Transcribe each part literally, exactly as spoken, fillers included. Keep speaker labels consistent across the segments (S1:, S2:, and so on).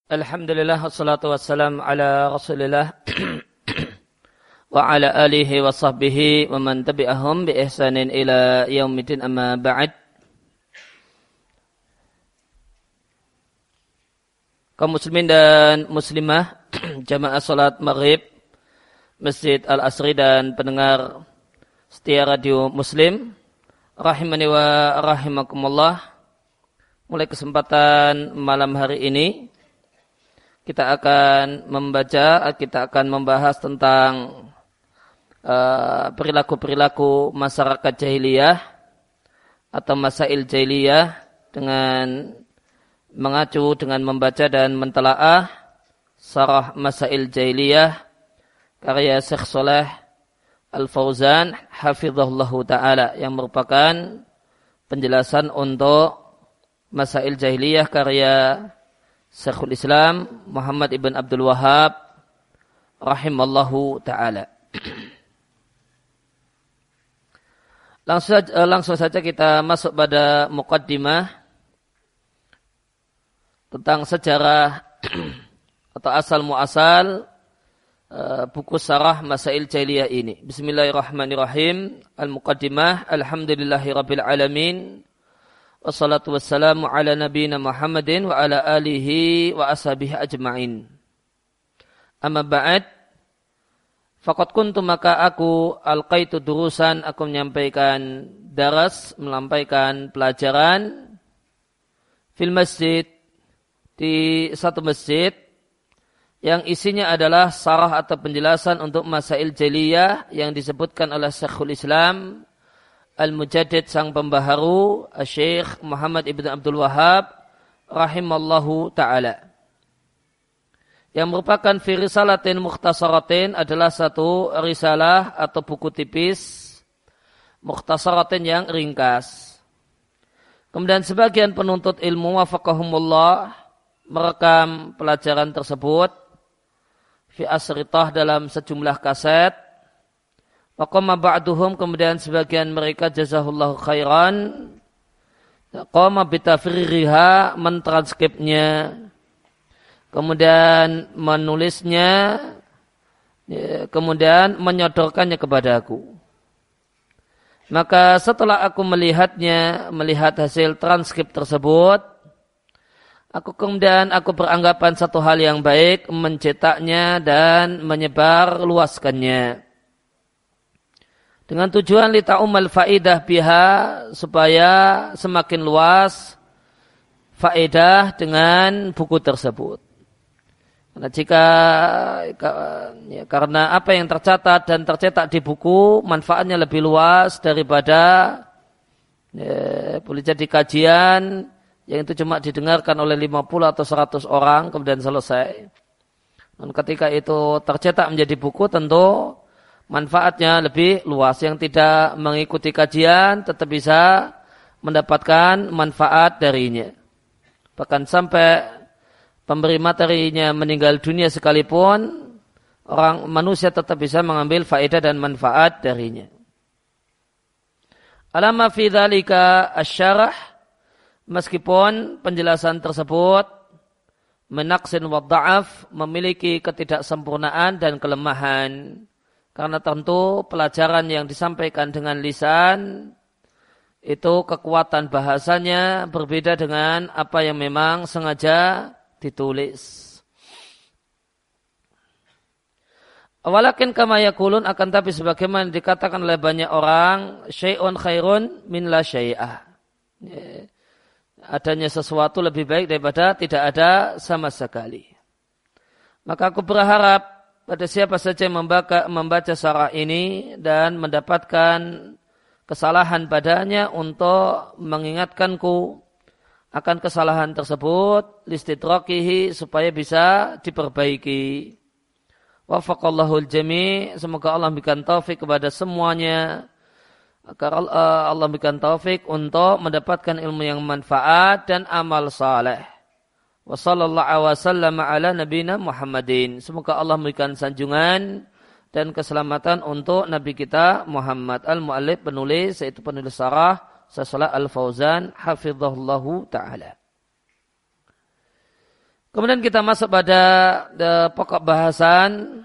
S1: Alhamdulillah wassalatu wassalam ala Rasulillah wa ala alihi wa sahbihi wa man tabi'ahum bi ihsanin ila yaumiddin, amma ba'd. Kaum muslimin dan muslimah, jamaah salat maghrib Masjid Al-Asri dan pendengar setia radio Muslim rahimani wa rahimakumullah. Mulai kesempatan malam hari ini kita akan membaca, kita akan membahas tentang uh, perilaku-perilaku masyarakat jahiliyah atau masail jahiliyah dengan mengacu dengan membaca dan mentelaah Syarah Masail Jahiliyah karya Syekh Shalih Al-Fauzan hafizahullahu taala, yang merupakan penjelasan untuk Masail Jahiliyah karya Syekhul Islam Muhammad ibn Abdul Wahhab rahimallahu ta'ala. Langsung saja, langsung saja kita masuk pada muqaddimah tentang sejarah atau asal muasal uh, buku Syarah Masail Jahiliyah ini. Bismillahirrahmanirrahim. Al-muqaddimah. Alhamdulillahi rabbil alamin. Wassalatu wassalamu ala nabiyina Muhammadin wa ala alihi wa ashabihi ajma'in. Amma ba'd, faqad kuntu, maka aku alqaitu durusan, aku menyampaikan daras, melampaikan pelajaran fil masjid, di satu masjid yang isinya adalah syarah atau penjelasan untuk masail jahiliyah yang disebutkan oleh Syekhul Islam Al-Mujaddid, sang pembaharu, Syekh Muhammad ibn Abdul Wahhab rahimallahu ta'ala, yang merupakan fi risalatin mukhtasaratin, adalah satu risalah atau buku tipis mukhtasaratin yang ringkas. Kemudian sebagian penuntut ilmu wafaqahumullah merekam pelajaran tersebut fi asritah, dalam sejumlah kaset. Waqama ba'duhum, kemudian sebagian mereka jazahullahu khairan qama bitafririha, mentranskripnya, kemudian menulisnya, kemudian menyodorkannya kepada aku. Maka setelah aku melihatnya, melihat hasil transkrip tersebut, aku kemudian aku beranggapan satu hal yang baik mencetaknya dan menyebar luaskannya, dengan tujuan lita'umal faedah biha, supaya semakin luas faedah dengan buku tersebut. Karena jika ya, karena apa yang tercatat dan tercetak di buku manfaatnya lebih luas daripada ya, boleh jadi kajian yang itu cuma didengarkan oleh lima puluh atau seratus orang kemudian selesai. Dan ketika itu tercetak menjadi buku, tentu manfaatnya lebih luas. Yang tidak mengikuti kajian tetap bisa mendapatkan manfaat darinya. Bahkan sampai pemberi materinya meninggal dunia sekalipun, orang manusia tetap bisa mengambil faedah dan manfaat darinya. Alama fi dzalika asy-syarah, meskipun penjelasan tersebut menaqsin wa dha'af, memiliki ketidaksempurnaan dan kelemahan. Karena tentu pelajaran yang disampaikan dengan lisan itu kekuatan bahasanya berbeda dengan apa yang memang sengaja ditulis. Walakin kama yaqulun, akan tapi sebagaimana dikatakan oleh banyak orang, syai'un khairun min la syai'ah. Adanya sesuatu lebih baik daripada tidak ada sama sekali. Maka aku berharap pada siapa saja yang membaca, membaca syarah ini dan mendapatkan kesalahan padanya, untuk mengingatkanku akan kesalahan tersebut, listidrakihi, supaya bisa diperbaiki. Wafaqallahul jami', semoga Allah memberikan taufik kepada semuanya, agar Allah memberikan taufik untuk mendapatkan ilmu yang manfaat dan amal saleh. Wa sallallahu wa sallama ala nabiyina Muhammadin. Semoga Allah memberikan sanjungan dan keselamatan untuk Nabi kita Muhammad. Al-Mu'allif, penulis, yaitu penulis syarah Shalih Al-Fauzan hafizahullahu ta'ala. Kemudian kita masuk pada uh, pokok bahasan.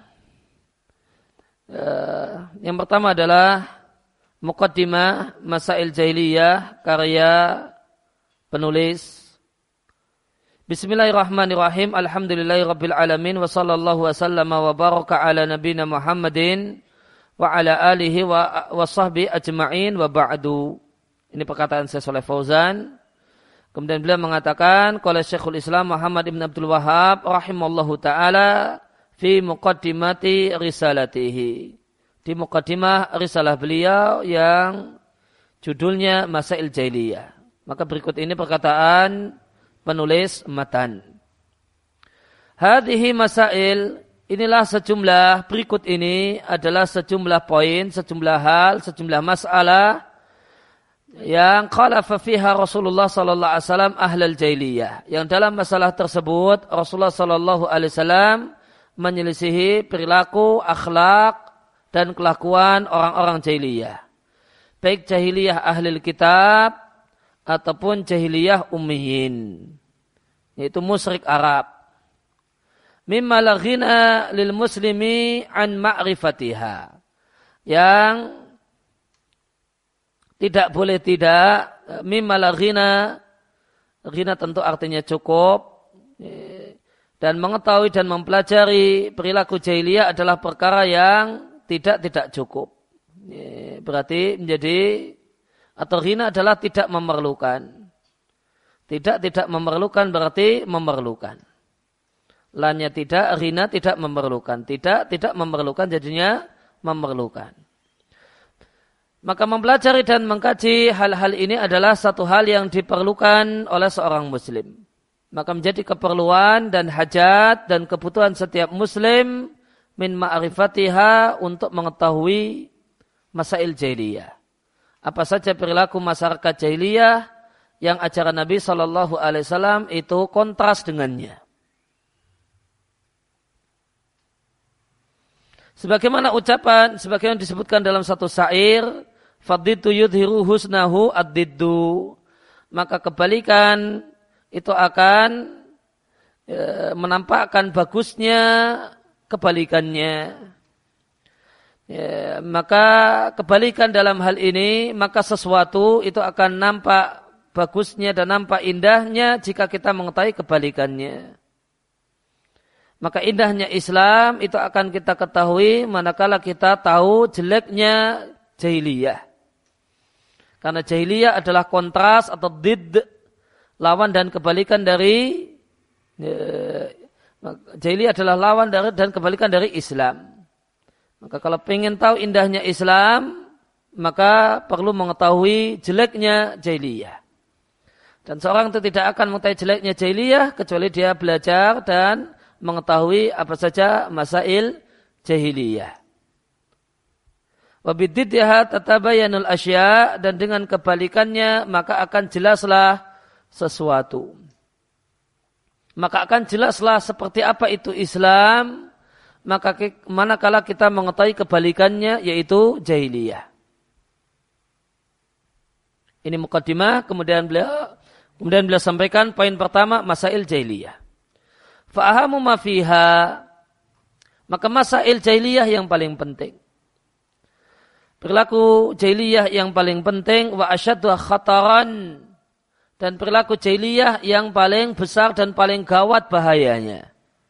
S1: Uh, yang pertama adalah Muqaddimah Masail Jahiliyah karya penulis. Bismillahirrahmanirrahim. Alhamdulillahirabbil alamin wa sallallahu wasallama wa baraka ala nabiyyina Muhammadin wa ala alihi wa, wa sahbihi ajma'in wa ba'du. Ini perkataan Syekh Shalih Fauzan. Kemudian beliau mengatakan, qala Syekhul Islam Muhammad ibn Abdul Wahhab rahimallahu taala fi muqaddimati risalatihi. Di muqaddimah risalah beliau yang judulnya Masail Jahiliyah. Maka berikut ini perkataan penulis matan. Hadhihi masail, inilah sejumlah, berikut ini adalah sejumlah poin, sejumlah hal, sejumlah masalah yang khalafa fiha Rasulullah sallallahu alaihi wasallam ahlal jahiliyah. Yang dalam masalah tersebut Rasulullah sallallahu alaihi wasallam menyelisihi perilaku, akhlak dan kelakuan orang-orang jahiliyah. Baik jahiliyah ahlil kitab ataupun jahiliyah ummiyin, yaitu musyrik Arab. Mimma la ghina lil muslimi an ma'rifatiha. Yang tidak boleh tidak, mimma la ghina, ghina tentu artinya cukup, dan mengetahui dan mempelajari perilaku jahiliyah adalah perkara yang tidak tidak cukup. Berarti menjadi, atau ghina adalah tidak memerlukan. Tidak tidak memerlukan berarti memerlukan. Lannya tidak, ghina tidak memerlukan. Tidak tidak memerlukan jadinya memerlukan. Maka mempelajari dan mengkaji hal-hal ini adalah satu hal yang diperlukan oleh seorang muslim. Maka menjadi keperluan dan hajat dan kebutuhan setiap muslim min ma'rifatiha untuk mengetahui masail jahiliyah. Apa saja perilaku masyarakat jahiliyah yang ajaran Nabi shallallahu alaihi wasallam itu kontras dengannya. Sebagaimana ucapan, sebagaimana disebutkan dalam satu syair, fadiddu yudhiru husnahu ad-diddu. Maka kebalikan itu akan e, menampakkan bagusnya kebalikannya. Ya, maka kebalikan dalam hal ini, maka sesuatu itu akan nampak bagusnya dan nampak indahnya jika kita mengetahui kebalikannya. Maka indahnya Islam itu akan kita ketahui manakala kita tahu jeleknya jahiliyah. Karena jahiliyah adalah kontras atau did, lawan dan kebalikan dari eh, jahiliyah adalah lawan dari dan kebalikan dari Islam. Maka kalau ingin tahu indahnya Islam, maka perlu mengetahui jeleknya jahiliyah. Dan seorang itu tidak akan mengetahui jeleknya jahiliyah kecuali dia belajar dan mengetahui apa saja masail jahiliyah. Wa bididdiha tatabayyanul asya, dan dengan kebalikannya maka akan jelaslah sesuatu. Maka akan jelaslah seperti apa itu Islam, maka manakala kita mengetahui kebalikannya yaitu jahiliyah. Ini muqaddimah, kemudian beliau kemudian beliau sampaikan poin pertama masail jahiliyah. Fa ahamu ma fiha, maka masail jahiliyah yang paling penting. Perilaku jahiliyah yang paling penting, wa asyaddu khataran, dan perilaku jahiliyah yang paling besar dan paling gawat bahayanya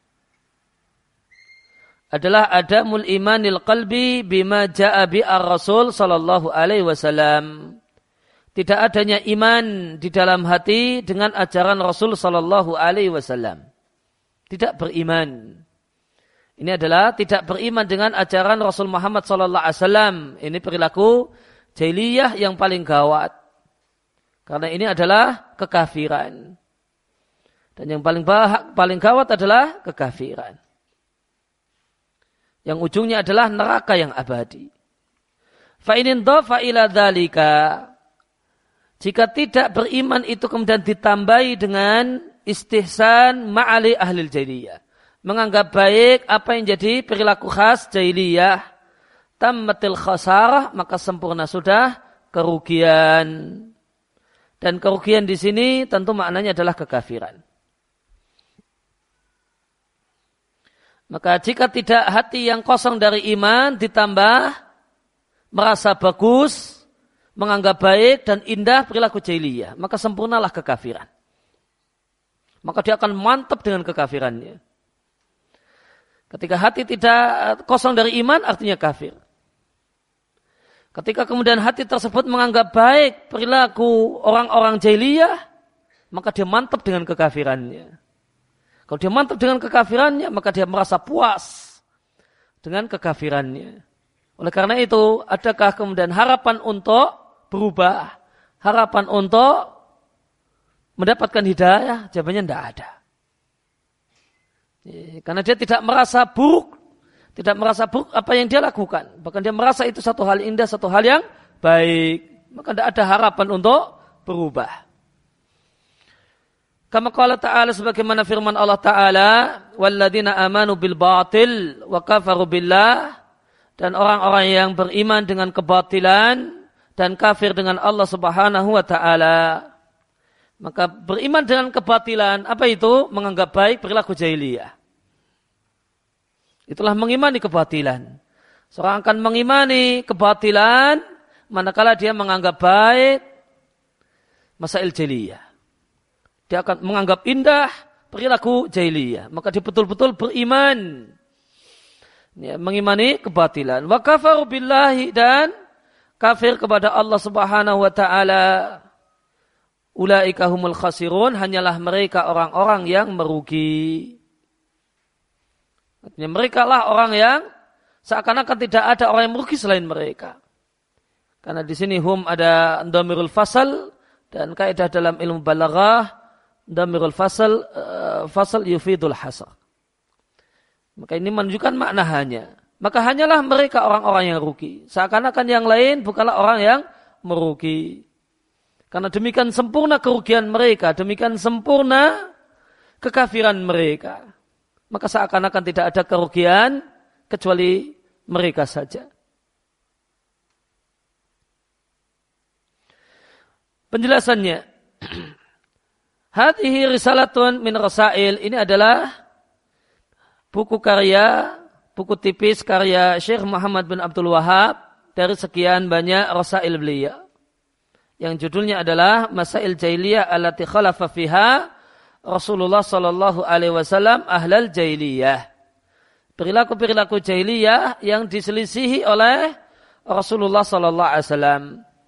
S1: adalah adamul imanil qalbi bima ja'a bi ar-rasul sallallahu alaihi wasallam. Tidak adanya iman di dalam hati dengan ajaran Rasul sallallahu alaihi wasallam. Tidak beriman. Ini adalah tidak beriman dengan ajaran Rasul Muhammad sallallahu alaihi wasallam. Ini perilaku jahiliyah yang paling gawat. Karena ini adalah kekafiran. Dan yang paling bahak, paling gawat adalah kekafiran. Yang ujungnya adalah neraka yang abadi. Fa in dhafa ila dzalika, jika tidak beriman itu kemudian ditambahi dengan istihsan ma'ali ahlil jahiliyah, menganggap baik apa yang jadi perilaku khas jahiliyah, tammatil khasarah, maka sempurna sudah kerugian. Dan kerugian di sini tentu maknanya adalah kekafiran. Maka jika tidak hati yang kosong dari iman ditambah merasa bagus, menganggap baik dan indah perilaku jahiliyah, maka sempurnalah kekafiran. Maka dia akan mantap dengan kekafirannya. Ketika hati tidak kosong dari iman artinya kafir. Ketika kemudian hati tersebut menganggap baik perilaku orang-orang jahiliyah, maka dia mantap dengan kekafirannya. Kalau dia mantap dengan kekafirannya, maka dia merasa puas dengan kekafirannya. Oleh karena itu, adakah kemudian harapan untuk berubah? Harapan untuk mendapatkan hidayah? Jawabannya tidak ada. Karena dia tidak merasa buruk. Tidak merasa buruk apa yang dia lakukan. Bahkan dia merasa itu satu hal indah, satu hal yang baik. Maka tidak ada harapan untuk berubah. Kama qala ta'ala sebagaimana firman Allah Ta'ala, walladzina amanu bil batil wa kafaru billah, dan orang-orang yang beriman dengan kebatilan dan kafir dengan Allah Subhanahu wa Ta'ala. Maka beriman dengan kebatilan, apa itu? Menganggap baik perilaku jahiliyah. Itulah mengimani kebatilan. Seorang akan mengimani kebatilan manakala dia menganggap baik masail jahiliyah. Dia akan menganggap indah perilaku jahiliyah. Maka dia betul-betul beriman. Ya, mengimani kebatilan. Wa kafaru billahi, dan kafir kepada Allah Subhanahu wa Ta'ala. Ulaika humul khasirun, hanyalah mereka orang-orang yang merugi. Artinya mereka lah orang yang seakan-akan tidak ada orang yang merugi selain mereka. Karena di sini hum ada dhamirul fasal, dan kaidah dalam ilmu balaghah dhamirul fasal uh, fasal yufidul hasr. Maka ini menunjukkan makna hanya. Maka hanyalah mereka orang-orang yang rugi. Seakan-akan yang lain bukanlah orang yang merugi. Karena demikian sempurna kerugian mereka, demikian sempurna kekafiran mereka. Maka seakan-akan tidak ada kerugian kecuali mereka saja. Penjelasannya, hadhihi risalatun min rasail, ini adalah buku karya, buku tipis karya Syekh Muhammad bin Abdul Wahhab dari sekian banyak rasail beliau. Yang judulnya adalah Masail Jahiliyah allati khalafa fiha Rasulullah sallallahu alaihi wasallam ahlal jahiliyah. Perilaku-perilaku jahiliyah yang diselisihi oleh Rasulullah sallallahu alaihi wasallam.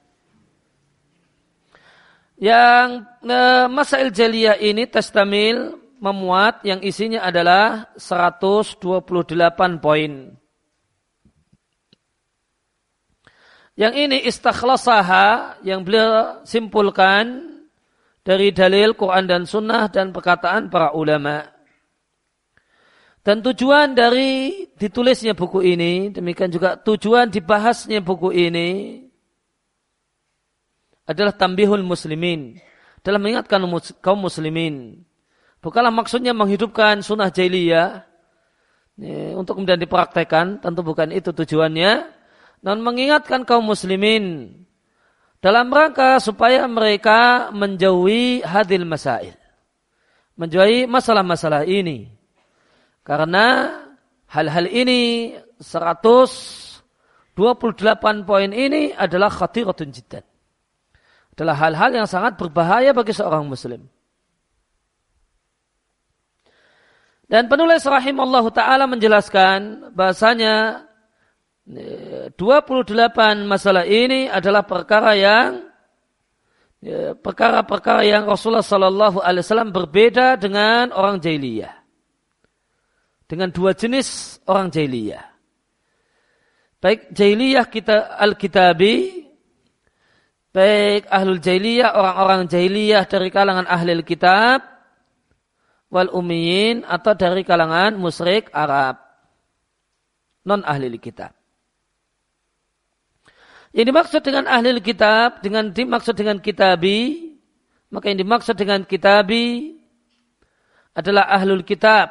S1: Yang e, masail jahiliyah ini tastamil memuat yang isinya adalah seratus dua puluh delapan poin. Yang ini istakhlasaha, yang beliau simpulkan dari dalil Quran dan Sunnah dan perkataan para ulama. Dan tujuan dari ditulisnya buku ini, demikian juga tujuan dibahasnya buku ini adalah tambihul muslimin, dalam mengingatkan kaum muslimin. Bukanlah maksudnya menghidupkan sunnah jahiliyah untuk kemudian dipraktekkan, tentu bukan itu tujuannya. Namun mengingatkan kaum muslimin dalam rangka supaya mereka menjauhi hadil masail, menjauhi masalah-masalah ini. Karena hal-hal ini seratus dua puluh delapan poin ini adalah khatiratun jiddan. Adalah hal-hal yang sangat berbahaya bagi seorang muslim. Dan penulis rahimallahu ta'ala menjelaskan bahasanya dua puluh delapan masalah ini adalah perkara yang perkara-perkara yang Rasulullah sallallahu alaihi wasallam berbeda dengan orang jahiliyah. Dengan dua jenis orang jahiliyah. Baik jahiliyah kita al-kitabi, baik ahlul jahiliyah, orang-orang jahiliyah dari kalangan ahlul kitab, wal ummiyin, atau dari kalangan musyrik Arab, non ahlul kitab. Yang dimaksud dengan ahlul kitab, dengan dimaksud dengan kitabi, maka yang dimaksud dengan kitabi adalah ahlul kitab.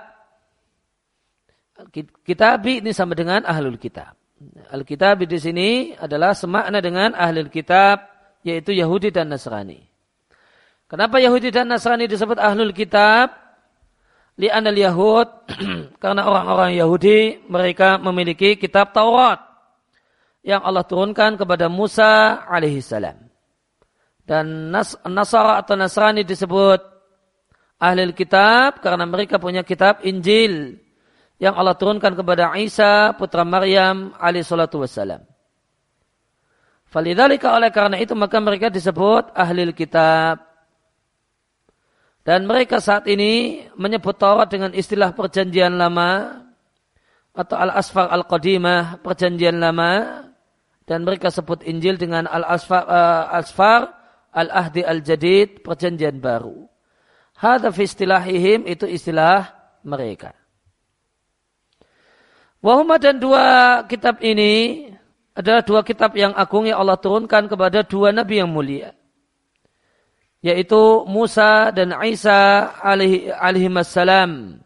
S1: Kitabi ini sama dengan ahlul kitab. Al-kitabi di sini adalah semakna dengan ahlul kitab, yaitu Yahudi dan Nasrani. Kenapa Yahudi dan Nasrani disebut ahlul kitab? Li'anal Yahud, karena orang-orang Yahudi mereka memiliki kitab Taurat yang Allah turunkan kepada Musa alaihissalam. Dan Nas- Nasara atau Nasrani disebut ahli kitab karena mereka punya kitab Injil yang Allah turunkan kepada Isa putra Maryam alaihi salatu wassalam. Falidzalika, oleh karena itu maka mereka disebut ahli kitab. Dan mereka saat ini menyebut Taurat dengan istilah perjanjian lama atau al-asfar al-qadimah, perjanjian lama, dan mereka sebut Injil dengan al-asfar uh, asfar al-ahdi al-jadid, perjanjian baru. Hadza fi istilahihim, itu istilah mereka. Wahuma, dan dua kitab ini adalah dua kitab yang agung yang Allah turunkan kepada dua nabi yang mulia, yaitu Musa dan Isa alaihi alaihi wassalam.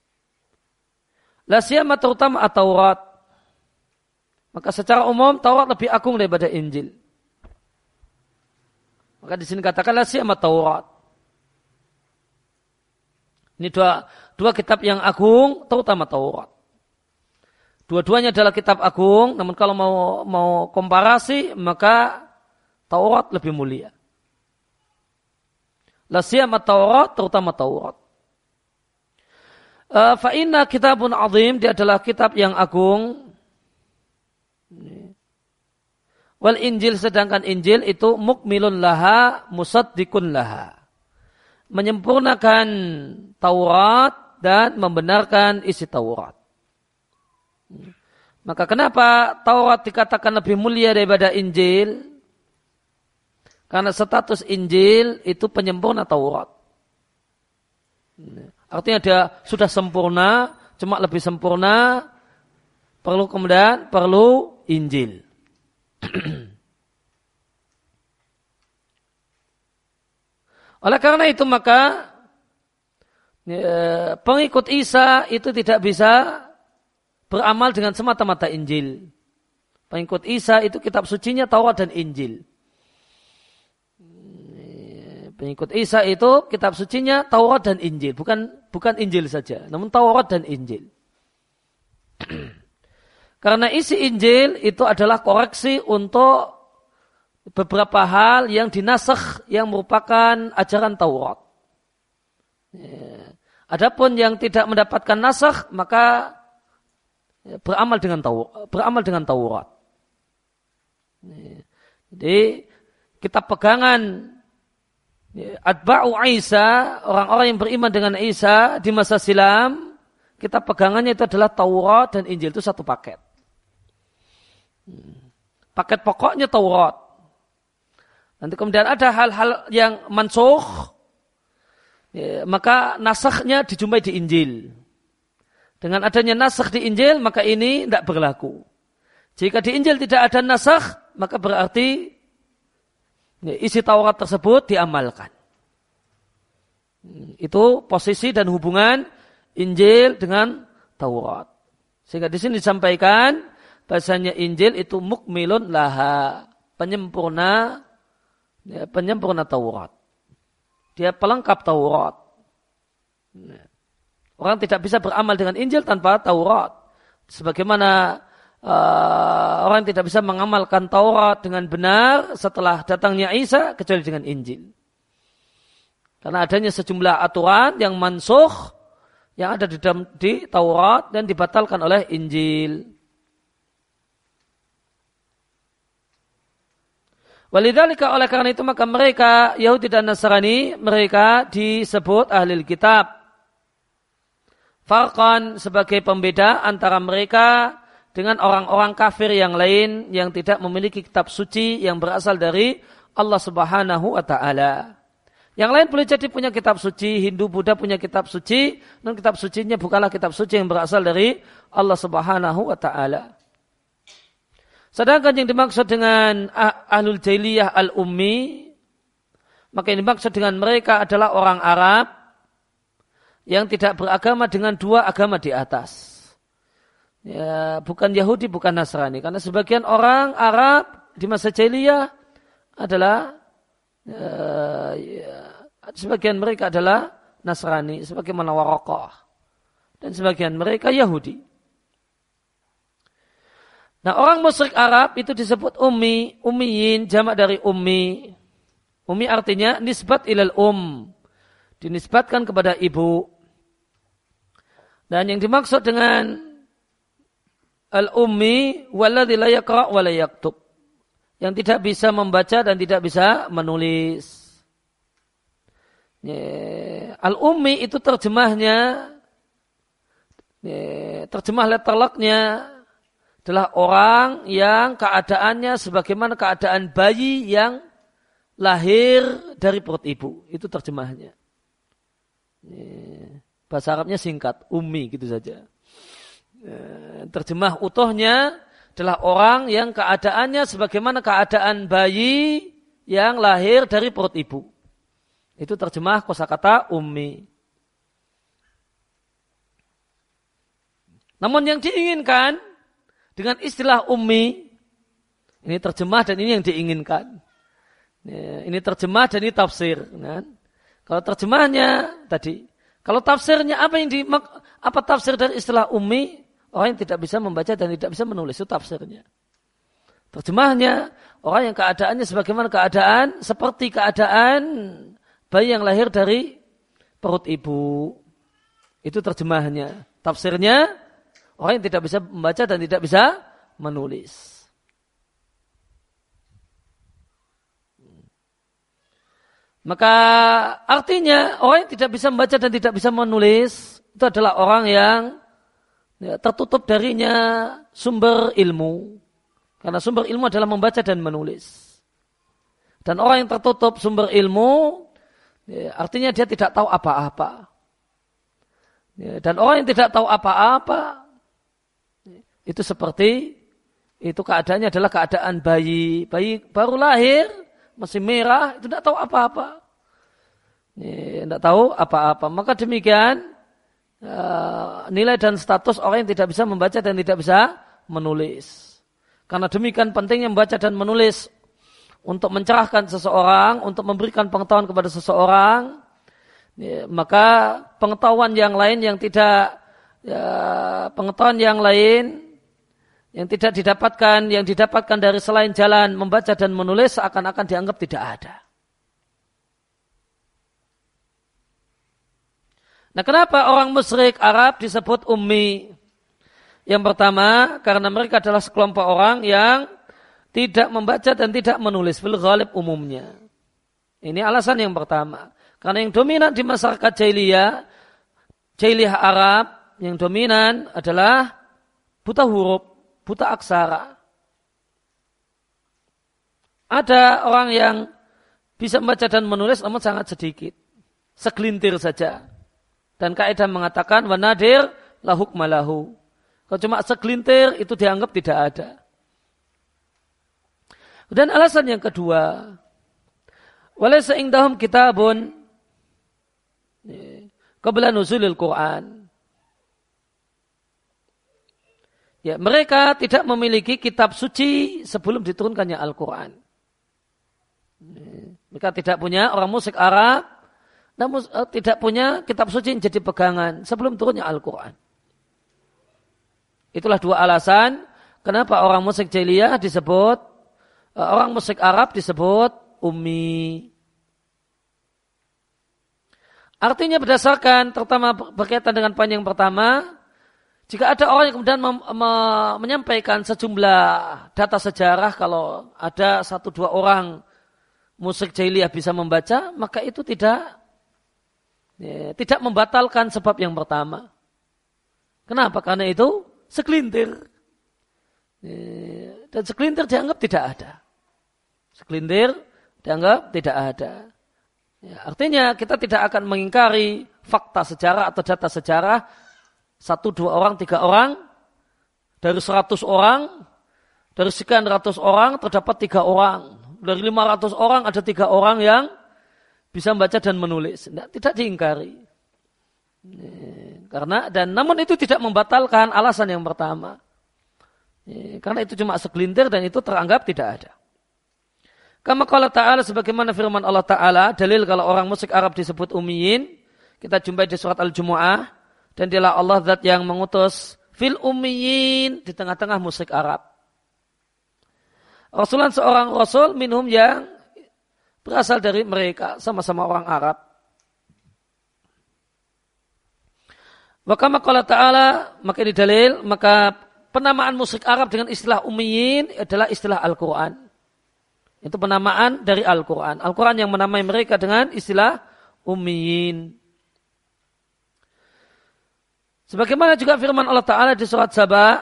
S1: La siyama, terutama at-Taurat. Maka secara umum Taurat lebih agung daripada Injil. Maka di sini katakan la siyama Taurat. Ini dua dua kitab yang agung, terutama Taurat. Dua-duanya adalah kitab agung, namun kalau mau mau komparasi maka Taurat lebih mulia. La siyama Taurat, terutama Taurat. Uh, fa inna kitabun azim, dia adalah kitab yang agung. Wal Injil, sedangkan Injil itu mukmilun laha musaddiqun laha, menyempurnakan Taurat dan membenarkan isi Taurat. Maka kenapa Taurat dikatakan lebih mulia daripada Injil? Karena status Injil itu penyempurna Taurat. Artinya dia sudah sempurna, cuma lebih sempurna, perlu kemudian perlu Injil. Oleh karena itu maka pengikut Isa itu tidak bisa beramal dengan semata-mata Injil. Pengikut Isa itu kitab sucinya Taurat dan Injil. Pengikut Isa itu kitab sucinya Taurat dan Injil, bukan bukan Injil saja, namun Taurat dan Injil. Karena isi Injil itu adalah koreksi untuk beberapa hal yang dinasakh yang merupakan ajaran Taurat. Ya. Adapun yang tidak mendapatkan nasakh maka beramal dengan Taurat, beramal dengan Taurat. Ya. Jadi kitab pegangan Atba'u Isa, orang-orang yang beriman dengan Isa di masa silam, kitab pegangannya itu adalah Taurat dan Injil, itu satu paket. Paket pokoknya Taurat. Nanti kemudian ada hal-hal yang mansukh, ya, maka nasakhnya dijumpai di Injil. Dengan adanya nasakh di Injil, maka ini tidak berlaku. Jika di Injil tidak ada nasakh, maka berarti isi Taurat tersebut diamalkan. Itu posisi dan hubungan Injil dengan Taurat. Sehingga di sini disampaikan bahasanya Injil itu mukmilun laha, penyempurna, ya, penyempurna Taurat. Dia pelengkap Taurat. Orang tidak bisa beramal dengan Injil tanpa Taurat. Sebagaimana Uh, orang tidak bisa mengamalkan Taurat dengan benar setelah datangnya Isa kecuali dengan Injil. Karena adanya sejumlah aturan yang mansukh yang ada di dalam di Taurat dan dibatalkan oleh Injil. Walidzalika, oleh karena itu maka mereka Yahudi dan Nasrani mereka disebut ahli kitab. Farqan, sebagai pembeda antara mereka dengan orang-orang kafir yang lain yang tidak memiliki kitab suci yang berasal dari Allah Subhanahu wa taala. Yang lain boleh jadi punya kitab suci, Hindu, Buddha punya kitab suci, dan kitab sucinya bukanlah kitab suci yang berasal dari Allah Subhanahu wa taala. Sedangkan yang dimaksud dengan ahlul jahiliyah al-ummi, maka yang dimaksud dengan mereka adalah orang Arab yang tidak beragama dengan dua agama di atas. Ya, bukan Yahudi, bukan Nasrani. Karena sebagian orang Arab di masa jahiliyah adalah uh, ya, sebagian mereka adalah Nasrani, sebagaimana Waraqah. Dan sebagian mereka Yahudi. Nah, orang musyrik Arab itu disebut ummi, ummiyin, jamak dari ummi. Ummi artinya nisbat ilal um, dinisbatkan kepada ibu. Dan yang dimaksud dengan al-ummi walladzi la yaqra' wa la yaktub, yang tidak bisa membaca dan tidak bisa menulis. Ya, al-ummi itu terjemahnya, ya, terjemah letterlocknya adalah orang yang keadaannya sebagaimana keadaan bayi yang lahir dari perut ibu. Itu terjemahnya. Bahasa Arabnya singkat, ummi gitu saja. Terjemah utuhnya adalah orang yang keadaannya sebagaimana keadaan bayi yang lahir dari perut ibu. Itu terjemah kosakata ummi. Namun yang diinginkan dengan istilah ummi, ini terjemah dan ini yang diinginkan. Ini terjemah dan ini tafsir. Kan? Kalau terjemahnya tadi, kalau tafsirnya apa yang di, apa tafsir dari istilah ummi? Orang yang tidak bisa membaca dan tidak bisa menulis, itu tafsirnya. Terjemahnya, orang yang keadaannya sebagaimana keadaan, seperti keadaan bayi yang lahir dari perut ibu. Itu terjemahnya. Tafsirnya, orang yang tidak bisa membaca dan tidak bisa menulis. Maka artinya orang yang tidak bisa membaca dan tidak bisa menulis itu adalah orang yang ya, tertutup darinya sumber ilmu. Karena sumber ilmu adalah membaca dan menulis. Dan orang yang tertutup sumber ilmu ya, artinya dia tidak tahu apa-apa. Ya, dan orang yang tidak tahu apa-apa itu seperti itu keadaannya adalah keadaan bayi. Bayi baru lahir, masih merah, itu tidak tahu apa-apa. Tidak tahu apa-apa. Maka demikian uh, nilai dan status orang yang tidak bisa membaca dan tidak bisa menulis. Karena demikian pentingnya membaca dan menulis untuk mencerahkan seseorang, untuk memberikan pengetahuan kepada seseorang. Ya, maka pengetahuan yang lain yang tidak, ya, pengetahuan yang lain yang tidak didapatkan, yang didapatkan dari selain jalan membaca dan menulis seakan-akan dianggap tidak ada. Nah, kenapa orang musyrik Arab disebut ummi? Yang pertama, karena mereka adalah sekelompok orang yang tidak membaca dan tidak menulis fil ghalib umumnya. Ini alasan yang pertama. Karena yang dominan di masyarakat jahiliyah, jahiliyah Arab, yang dominan adalah buta huruf, buta aksara. Ada orang yang bisa membaca dan menulis namun sangat sedikit. Segelintir saja. Dan kaidah mengatakan wa nadir la hukma lahu. Kalau cuma segelintir itu dianggap tidak ada. Dan alasan yang kedua, walaysa indahum kitabun qabla nuzulil Quran. Ya, mereka tidak memiliki kitab suci sebelum diturunkannya Al-Quran. Mereka tidak punya, orang musyrik Arab, namun tidak punya kitab suci yang jadi pegangan sebelum turunnya Al-Quran. Itulah dua alasan kenapa orang musyrik jahiliyah disebut, orang musyrik Arab disebut ummi. Artinya berdasarkan, terutama berkaitan dengan poin yang pertama, jika ada orang yang kemudian mem- me- menyampaikan sejumlah data sejarah, kalau ada satu dua orang musyrik jahiliyah bisa membaca, maka itu tidak ya, tidak membatalkan sebab yang pertama. Kenapa? Karena itu segelintir. Ya, dan segelintir dianggap tidak ada. Segelintir dianggap tidak ada. Ya, artinya kita tidak akan mengingkari fakta sejarah atau data sejarah satu, dua orang, tiga orang, dari seratus orang, dari sekian ratus orang terdapat tiga orang, dari lima ratus orang ada tiga orang yang bisa membaca dan menulis. Tidak, tidak diingkari. Karena dan namun itu tidak membatalkan alasan yang pertama. Karena itu cuma segelintir dan itu teranggap tidak ada. Kama qala ta'ala, sebagaimana firman Allah Ta'ala, dalil kalau orang musyrik Arab disebut ummiyin, kita jumpai di surat Al-Jumu'ah, dan dialah Allah zat yang mengutus fil ummiyin di tengah-tengah musyrik Arab. Rasulan seorang rasul minhum yang berasal dari mereka, sama-sama orang Arab. Maka maqala ta'ala, maka ini dalil, maka penamaan musyrik Arab dengan istilah ummiyin adalah istilah Al-Quran. Itu penamaan dari Al-Quran. Al-Quran yang menamai mereka dengan istilah ummiyin. Sebagaimana juga firman Allah Ta'ala di surat Saba,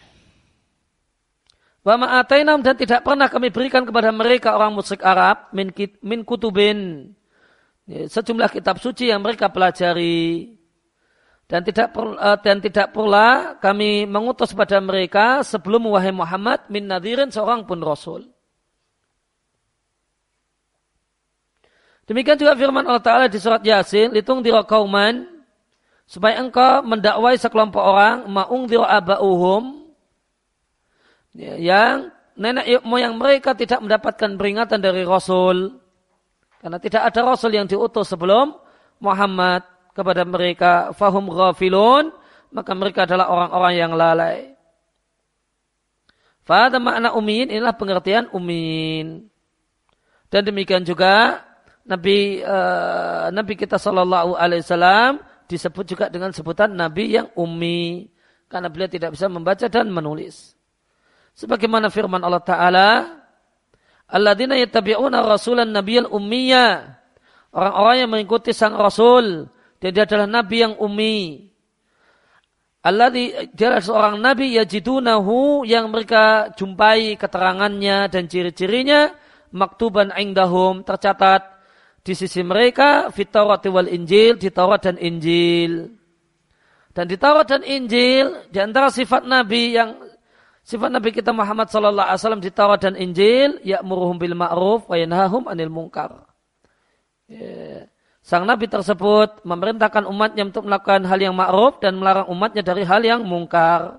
S1: wa ma'atainam, dan tidak pernah kami berikan kepada mereka orang musyrik Arab min, min kutubin, sejumlah kitab suci yang mereka pelajari. Dan tidak dan tidak pula kami mengutus pada mereka sebelum wahai Muhammad min nadhirin seorang pun rasul. Demikian juga firman Allah Ta'ala di surat Yasin, litung dira qauman, supaya engkau mendakwai sekelompok orang ma'ung dira aba'uhum, yang nenek moyang mereka tidak mendapatkan peringatan dari rasul, karena tidak ada rasul yang diutus sebelum Muhammad kepada mereka, fahum ghafilun, maka mereka adalah orang-orang yang lalai. Fahada makna ummiyin, inilah pengertian ummiyin. Dan demikian juga Nabi uh, Nabi kita sallallahu alaihi wasallam disebut juga dengan sebutan Nabi yang ummi, karena beliau tidak bisa membaca dan menulis. Sebagaimana firman Allah Ta'ala, alladzina yattabi'una rasulan nabiyyal ummiyya, orang-orang yang mengikuti sang rasul, dan dia adalah nabi yang ummi. Alladzi, dia adalah seorang nabi yajidunahu, yang mereka jumpai keterangannya dan ciri-cirinya maktuban indahum, tercatat di sisi mereka, fit Taurat wal Injil, di Taurat dan Injil. Dan di Taurat dan Injil, di antara sifat nabi yang sifat Nabi kita Muhammad sallallahu alaihi wasallam di Taurat dan Injil, ya'muruhum bil ma'ruf wa yanhahum 'anil munkar. Ya. Sang Nabi tersebut memerintahkan umatnya untuk melakukan hal yang ma'ruf dan melarang umatnya dari hal yang mungkar.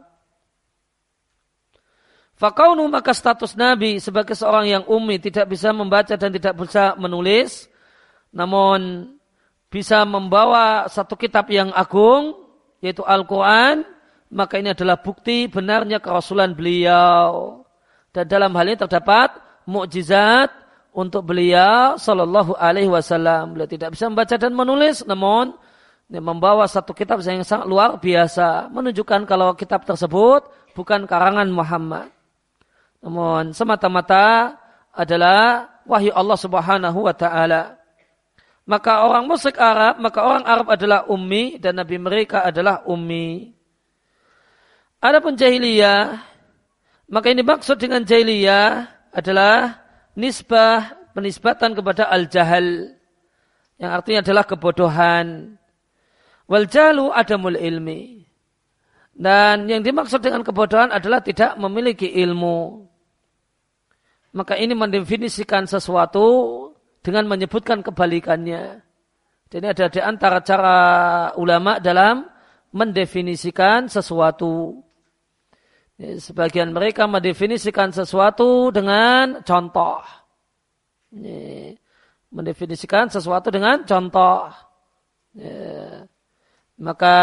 S1: Fakaunu, maka status Nabi sebagai seorang yang ummi, tidak bisa membaca dan tidak bisa menulis, namun bisa membawa satu kitab yang agung, yaitu Al-Quran, maka ini adalah bukti benarnya kerasulan beliau. Dan dalam hal ini terdapat mukjizat untuk beliau sallallahu alaihi wasallam. Beliau tidak bisa membaca dan menulis, namun membawa satu kitab yang sangat luar biasa, menunjukkan kalau kitab tersebut bukan karangan Muhammad, namun semata-mata adalah wahyu Allah Subhanahu wa taala. Maka orang musyrik Arab, maka orang Arab adalah ummi dan nabi mereka adalah ummi. Adapun jahiliyah, maka ini maksud dengan jahiliyah adalah nisbah, penisbatan kepada al-jahal, yang artinya adalah kebodohan. Wal jahlu adamul ilmi. Dan yang dimaksud dengan kebodohan adalah tidak memiliki ilmu. Maka ini mendefinisikan sesuatu dengan menyebutkan kebalikannya. Dan ini ada di antara cara ulama dalam mendefinisikan sesuatu. Sebagian mereka mendefinisikan sesuatu dengan contoh. Ini, mendefinisikan sesuatu dengan contoh. Ya. Maka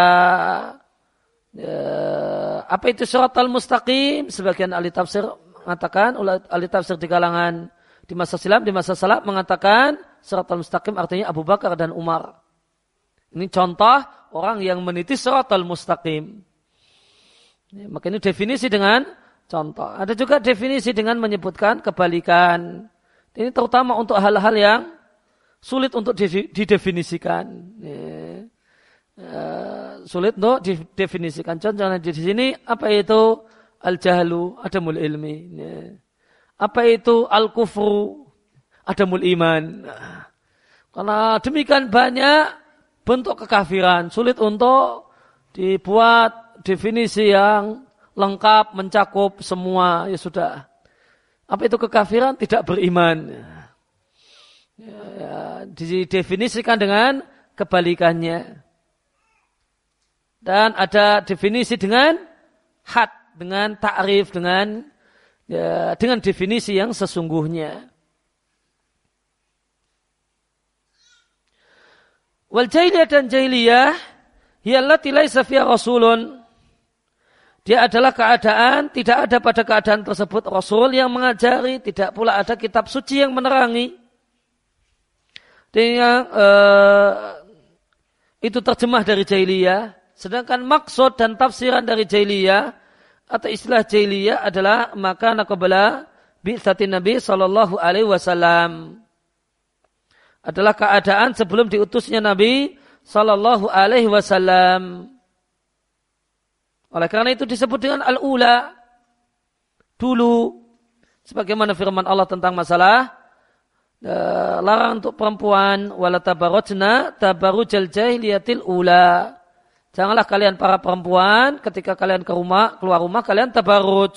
S1: ya, apa itu siratal mustaqim? Sebagian ahli tafsir mengatakan, ahli tafsir di kalangan di masa silam, di masa salaf mengatakan siratal mustaqim artinya Abu Bakar dan Umar. Ini contoh orang yang meniti siratal mustaqim. Ya, maka ini definisi dengan contoh. Ada juga definisi dengan menyebutkan kebalikan. Ini terutama untuk hal-hal yang sulit untuk didefinisikan. Ya. Uh, sulit untuk didefinisikan. Contohnya di sini, apa itu al-jahlu, adamul ilmi. Ya. Apa itu al-kufru, adamul iman. Nah, karena demikian banyak bentuk kekafiran, sulit untuk dibuat definisi yang lengkap, mencakup semua. Ya sudah. Apa itu kekafiran? Tidak beriman. Ya, ya, didefinisikan dengan kebalikannya. Dan ada definisi dengan had, dengan ta'rif, dengan ya, dengan definisi yang sesungguhnya. Wal jahiliyah dan jahiliyah hiyallati laisa fiha rasulun. Dia adalah keadaan, tidak ada pada keadaan tersebut Rasul yang mengajari, tidak pula ada kitab suci yang menerangi. Dan yang, eh, itu terjemah dari jahiliyah. Sedangkan maksud dan tafsiran dari jahiliyah atau istilah jahiliyah adalah maka nakabala bi'tsatin Nabi sallallahu alaihi wasallam. Adalah keadaan sebelum diutusnya Nabi sallallahu alaihi wasallam. Oleh karena itu disebut dengan al-ula, dulu. Sebagaimana firman Allah tentang masalah e, larang untuk perempuan wala tabarrujna tabarrujal jahiliyatil ula. Janganlah kalian para perempuan ketika kalian ke rumah, keluar rumah kalian tabarruj.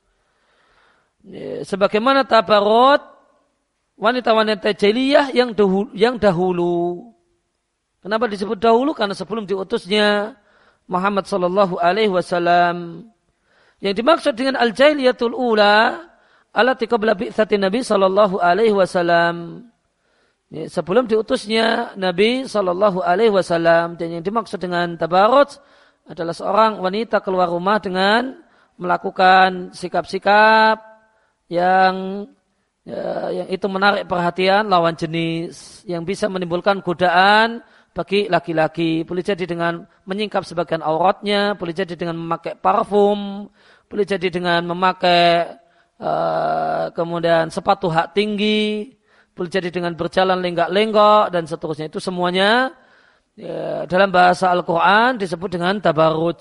S1: E, sebagaimana tabarruj wanita-wanita jahiliyah yang dahulu, yang dahulu. Kenapa disebut dahulu? Karena sebelum diutusnya Muhammad sallallahu alaihi wasallam. Yang dimaksud dengan al-jahiliyatul ula allati qabla bi'tsati Nabi sallallahu alaihi wasallam. Sebelum diutusnya Nabi sallallahu alaihi wasallam, dan yang dimaksud dengan tabarruj adalah seorang wanita keluar rumah dengan melakukan sikap-sikap yang ya, yang itu menarik perhatian lawan jenis, yang bisa menimbulkan godaan bagi laki-laki. Boleh jadi dengan menyingkap sebagian auratnya, boleh jadi dengan memakai parfum, boleh jadi dengan memakai uh, kemudian sepatu hak tinggi, boleh jadi dengan berjalan lenggak-lenggok dan seterusnya. Itu semuanya ya, dalam bahasa Al-Quran disebut dengan tabarruj.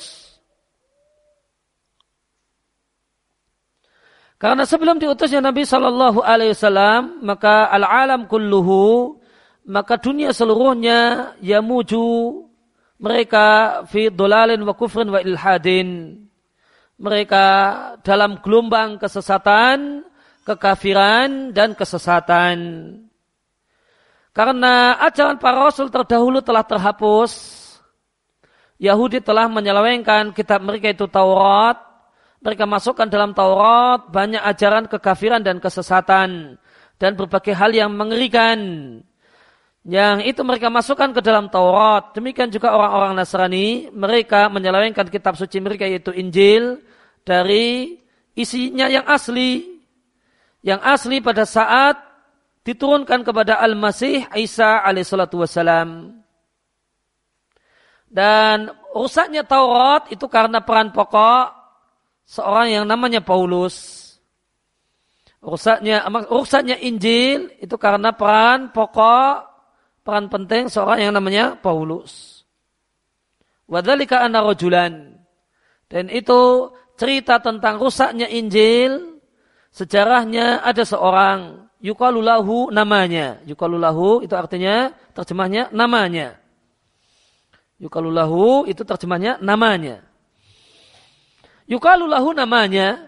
S1: Karena sebelum diutusnya Nabi Sallallahu Alaihi Wasallam, maka al-alam kulluhu, maka dunia seluruhnya yamuju, mereka fi dolalin wa kufrin wa ilhadin, mereka dalam gelombang kesesatan, kekafiran dan kesesatan. Karena ajaran para rasul terdahulu telah terhapus, Yahudi telah menyelewengkan kitab mereka itu Taurat, mereka masukkan dalam Taurat banyak ajaran kekafiran dan kesesatan dan berbagai hal yang mengerikan. Yang itu mereka masukkan ke dalam Taurat. Demikian juga orang-orang Nasrani, mereka menyelewengkan kitab suci mereka yaitu Injil dari isinya yang asli. Yang asli pada saat diturunkan kepada Al-Masih Isa alaihissalatu wassalam. Dan rusaknya Taurat itu karena peran pokok seorang yang namanya Paulus. Rusaknya, rusaknya Injil itu karena peran pokok, peran penting seorang yang namanya Paulus. Wadzalika anna rajulan. Dan itu cerita tentang rusaknya Injil, sejarahnya ada seorang, yuqalu lahu namanya. Yuqalu lahu itu artinya terjemahnya namanya. Yuqalu lahu itu terjemahnya namanya. Yuqalu lahu namanya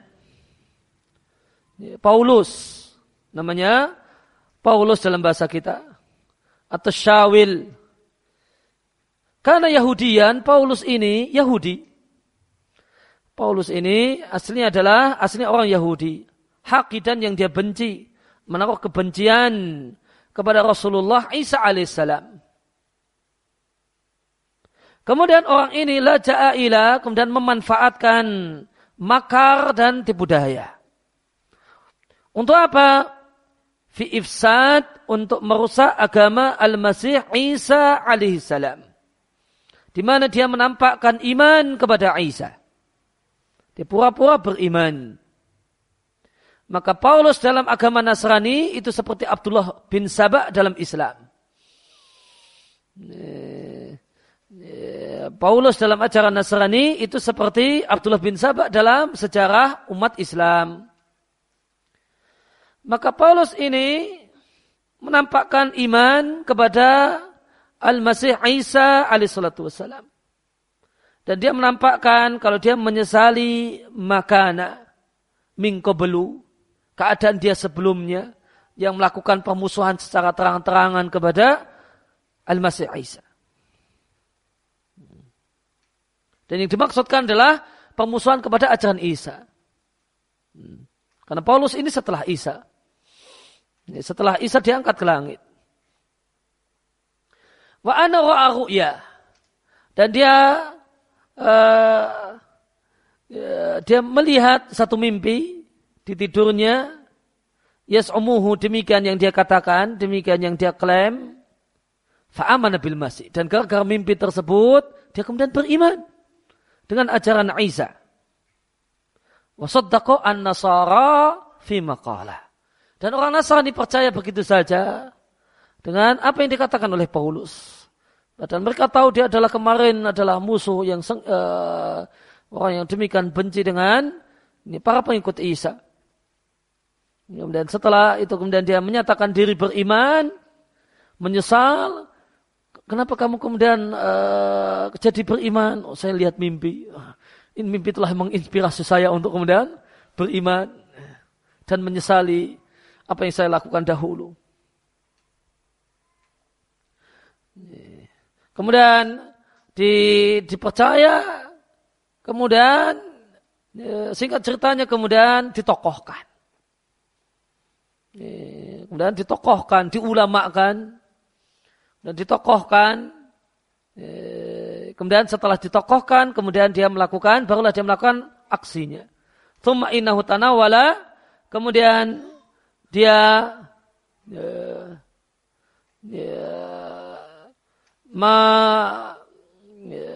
S1: Paulus. Namanya Paulus dalam bahasa kita. Atau Syawil. Karena Yahudian, Paulus ini Yahudi. Paulus ini aslinya adalah aslinya orang Yahudi. Hakidan yang dia benci, menaruh kebencian kepada Rasulullah Isa alaihissalam. Kemudian orang ini laja'a ila, kemudian memanfaatkan makar dan tipu daya. Untuk apa? Fi ifsad, untuk merusak agama Al-Masih Isa alaihissalam. Di mana dia menampakkan iman kepada Isa. Dia pura-pura beriman. Maka Paulus dalam agama Nasrani itu seperti Abdullah bin Saba dalam Islam. Paulus dalam ajaran Nasrani itu seperti Abdullah bin Saba dalam sejarah umat Islam. Maka Paulus ini menampakkan iman kepada Al-Masih Isa alaihissalatu wassalam. Dan dia menampakkan kalau dia menyesali makana min qablu, keadaan dia sebelumnya yang melakukan permusuhan secara terang-terangan kepada Al-Masih Isa. Dan yang dimaksudkan adalah permusuhan kepada ajaran Isa. Karena Paulus ini setelah Isa. Setelah Isa diangkat ke langit. Wa ana ra'a ru'ya. Dan dia uh, dia melihat satu mimpi di tidurnya. Yas'umuhu, demikian yang dia katakan, demikian yang dia klaim. Fa'amana bil masih. Dan gara-gara mimpi tersebut, dia kemudian beriman dengan ajaran Isa. Wa saddaqa an-nasara fi maqalah. Dan orang Nasrani percaya begitu saja dengan apa yang dikatakan oleh Paulus. Dan mereka tahu dia adalah kemarin adalah musuh yang uh, orang yang demikian benci dengan ini para pengikut Isa. Kemudian setelah itu kemudian dia menyatakan diri beriman, menyesal. Kenapa kamu kemudian uh, jadi beriman? Oh, saya lihat mimpi. Ini mimpi telah menginspirasi saya untuk kemudian beriman dan menyesali apa yang saya lakukan dahulu. Kemudian di, dipercaya, kemudian singkat ceritanya kemudian ditokohkan. Kemudian ditokohkan, diulamakan, dan ditokohkan. Kemudian setelah ditokohkan, kemudian dia melakukan, barulah dia melakukan aksinya. Tsumma innahu tanawala, kemudian dia ya, ya, ma, ya,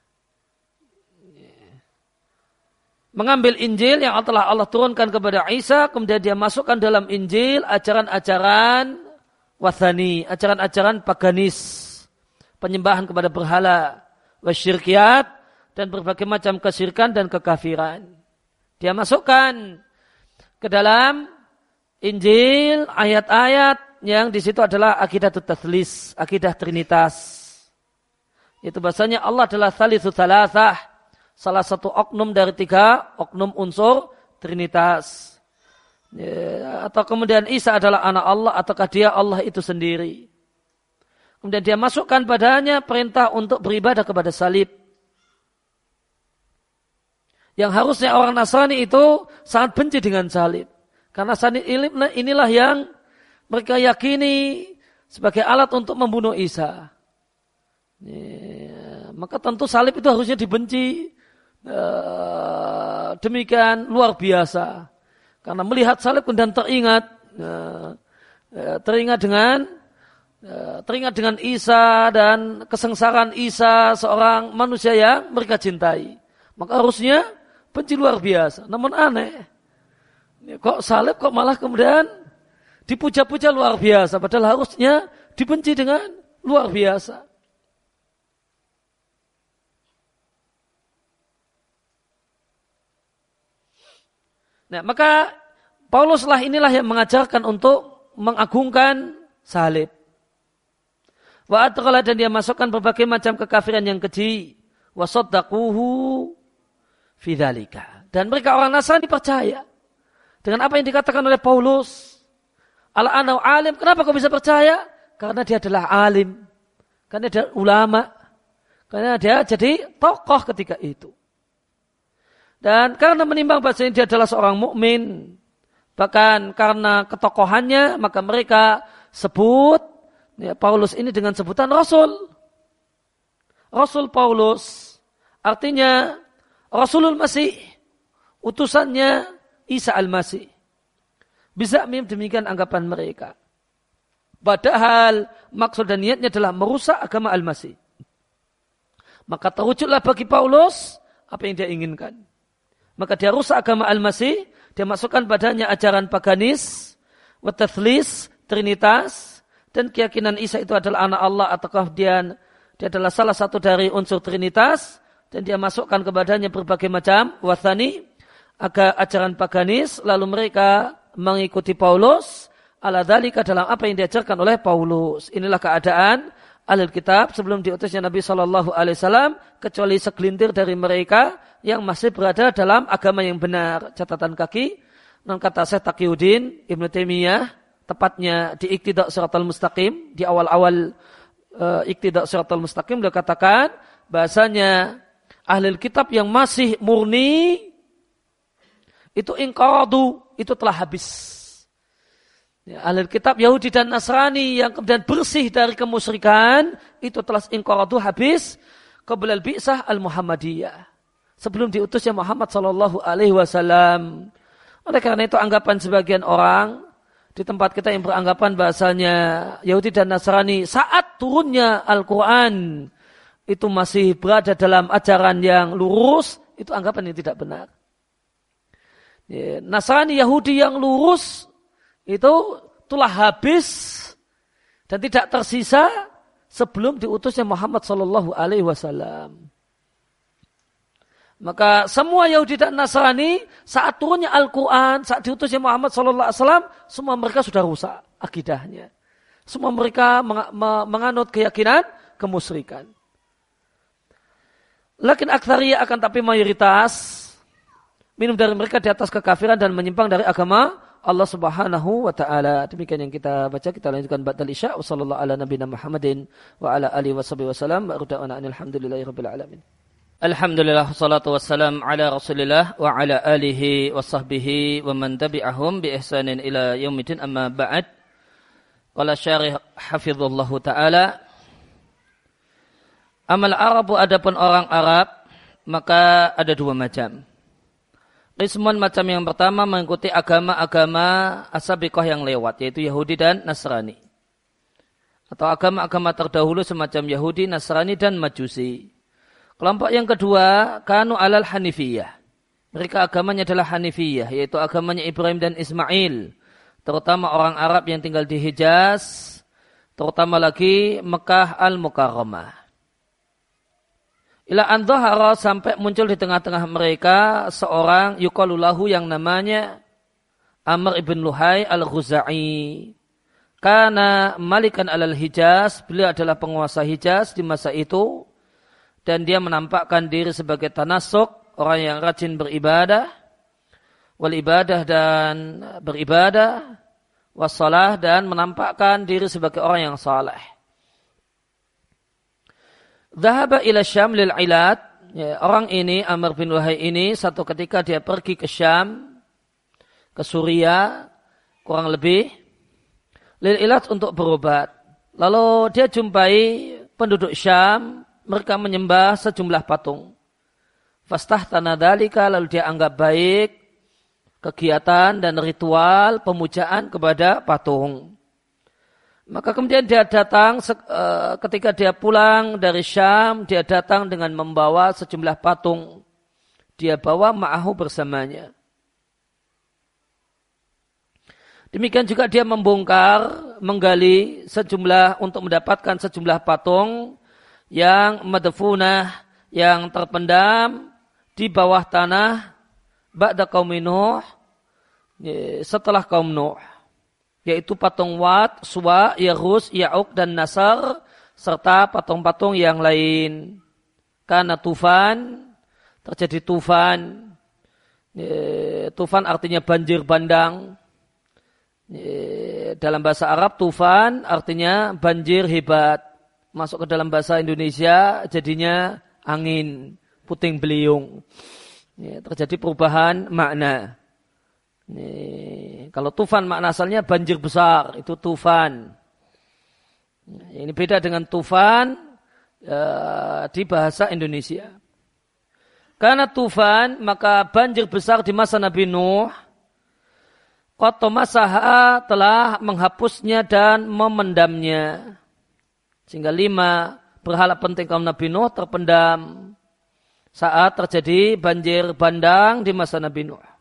S1: mengambil Injil yang telah Allah turunkan kepada Isa, kemudian dia masukkan dalam Injil ajaran-ajaran wathani, ajaran-ajaran paganis, penyembahan kepada berhala, wasyirkiyat, dan berbagai macam kesyirikan dan kekafiran. Dia masukkan ke dalam Injil ayat-ayat yang di situ adalah akidah tatslis, akidah trinitas. Itu bahasanya Allah adalah tsalitsu tsalatsah, salah satu oknum dari tiga oknum unsur trinitas. Ya, atau kemudian Isa adalah anak Allah ataukah dia Allah itu sendiri. Kemudian dia masukkan padanya perintah untuk beribadah kepada salib. Yang harusnya orang Nasrani itu sangat benci dengan salib. Karena salib inilah yang mereka yakini sebagai alat untuk membunuh Isa. Ya, maka tentu salib itu harusnya dibenci. Uh, demikian luar biasa karena melihat salib kemudian teringat uh, uh, teringat dengan uh, teringat dengan Isa dan kesengsaraan Isa, seorang manusia yang mereka cintai, maka harusnya benci luar biasa. Namun aneh, kok salib kok malah kemudian dipuja-puja luar biasa, padahal harusnya dibenci dengan luar biasa. Nah, maka Pauluslah inilah yang mengajarkan untuk mengagungkan salib. Wa atqala, dan dia masukkan berbagai macam kekafiran yang keji. Wa saddaquhu fi dzalika. Dan mereka orang Nasrani percaya dengan apa yang dikatakan oleh Paulus. Ala anau alim. Kenapa kau bisa percaya? Karena dia adalah alim. Karena dia adalah ulama. Karena dia jadi tokoh ketika itu. Dan karena menimbang bahasanya dia adalah seorang mukmin, bahkan karena ketokohannya, maka mereka sebut ya, Paulus ini dengan sebutan Rasul. Rasul Paulus artinya Rasulul Masih, utusannya Isa Al-Masih. Bisa demikian anggapan mereka. Padahal maksud dan niatnya adalah merusak agama Al-Masih. Maka terwujudlah bagi Paulus apa yang dia inginkan. Maka dia rusak agama Al-Masih, dia masukkan padanya ajaran paganis, watathlis, trinitas, dan keyakinan Isa itu adalah anak Allah ataukah dia, dia adalah salah satu dari unsur trinitas, dan dia masukkan kepadanya berbagai macam wathani, agak ajaran paganis, lalu mereka mengikuti Paulus, ala dzalika dalam apa yang diajarkan oleh Paulus. Inilah keadaan Ahlul Kitab sebelum diutusnya Nabi shallallahu alaihi wasallam, kecuali segelintir dari mereka yang masih berada dalam agama yang benar. Catatan kaki, non kata Syekh Taqiyuddin Ibnu Taimiyah, tepatnya di Iqtida' Shiratal Mustaqim, di awal-awal uh, Iqtida' Shiratal Mustaqim, dia katakan bahasanya Ahlul Kitab yang masih murni itu inqaradu, itu telah habis. Ya, ahli kitab Yahudi dan Nasrani yang kemudian bersih dari kemusyrikan itu telah inqaradu habis qabla al-bi'sah al-Muhammadiyah. Sebelum diutusnya Muhammad sallallahu alaihi wasallam. Oleh karena itu anggapan sebagian orang di tempat kita yang beranggapan bahasanya Yahudi dan Nasrani saat turunnya Al-Quran itu masih berada dalam ajaran yang lurus, itu anggapan yang tidak benar. Ya, Nasrani Yahudi yang lurus itu telah habis dan tidak tersisa sebelum diutusnya Muhammad sallallahu alaihi wasallam. Maka semua Yahudi dan Nasrani saat turunnya Al-Quran, saat diutusnya Muhammad sallallahu alaihi wasallam, semua mereka sudah rusak akidahnya. Semua mereka menganut keyakinan kemusyrikan. Lakin aktsariyah akan tapi mayoritas minum dari mereka di atas kekafiran dan menyimpang dari agama Allah Subhanahu wa taala. Demikian yang kita baca, kita lanjutkan ba'dal isya. Wassallallahu ala nabiyina Muhammadin wa ala alihi washabihi wasallam. Wa ruda'ana alhamdulillahirabbil alamin. Alhamdulillah wassalatu wassalam ala Rasulillah wa ala alihi wa sahbihi wa man tabi'ahum bi ihsanin ila yaumidin, amma ba'd. Qala syarih hafizallahu taala, amal Arabu, adapun orang Arab maka ada dua macam. Qismun, macam yang pertama mengikuti agama-agama as-sabiqah yang lewat, yaitu Yahudi dan Nasrani. Atau agama-agama terdahulu semacam Yahudi, Nasrani dan Majusi. Kelompok yang kedua, kanu alal hanifiyah. Mereka agamanya adalah hanifiyah, yaitu agamanya Ibrahim dan Ismail. Terutama orang Arab yang tinggal di Hijaz, terutama lagi Mekah al-Mukarramah. Ila an dhahara, sampai muncul di tengah-tengah mereka seorang yuqalu lahu yang namanya Amr ibn Luhai al-Khuzai. Kana malikan alal Hijaz, beliau adalah penguasa Hijaz di masa itu. Dan dia menampakkan diri sebagai tanasuk, orang yang rajin beribadah, wal ibadah dan beribadah, wassalah dan menampakkan diri sebagai orang yang saleh. Dhahaba ila Syam lil ilad, ya, orang ini Amr bin Luhai ini satu ketika dia pergi ke Syam, ke Suria, kurang lebih lil ilad untuk berobat. Lalu dia jumpai penduduk Syam, mereka menyembah sejumlah patung. Fastahtana dzalika, lalu dia anggap baik kegiatan dan ritual pemujaan kepada patung. Maka kemudian dia datang, ketika dia pulang dari Syam, dia datang dengan membawa sejumlah patung. Dia bawa ma'ahu bersamanya. Demikian juga dia membongkar, menggali sejumlah untuk mendapatkan sejumlah patung yang madfunah, yang terpendam di bawah tanah ba'da qaum Nuh, setelah kaum Nuh, yaitu patung Wat, Suwa, Yarus, Ya'uq dan Nasar serta patung-patung yang lain. Karena tufan, terjadi tufan. Tufan artinya banjir bandang. Dalam bahasa Arab tufan artinya banjir hebat. Masuk ke dalam bahasa Indonesia jadinya angin, puting beliung. Ya, terjadi perubahan makna. Ini, kalau tufan makna asalnya banjir besar, itu tufan. Ini beda dengan tufan uh, di bahasa Indonesia. Karena tufan, maka banjir besar di masa Nabi Nuh, qatamasaha, telah menghapusnya dan memendamnya. Sehingga lima berhala penting kaum Nabi Nuh terpendam saat terjadi banjir bandang di masa Nabi Nuh.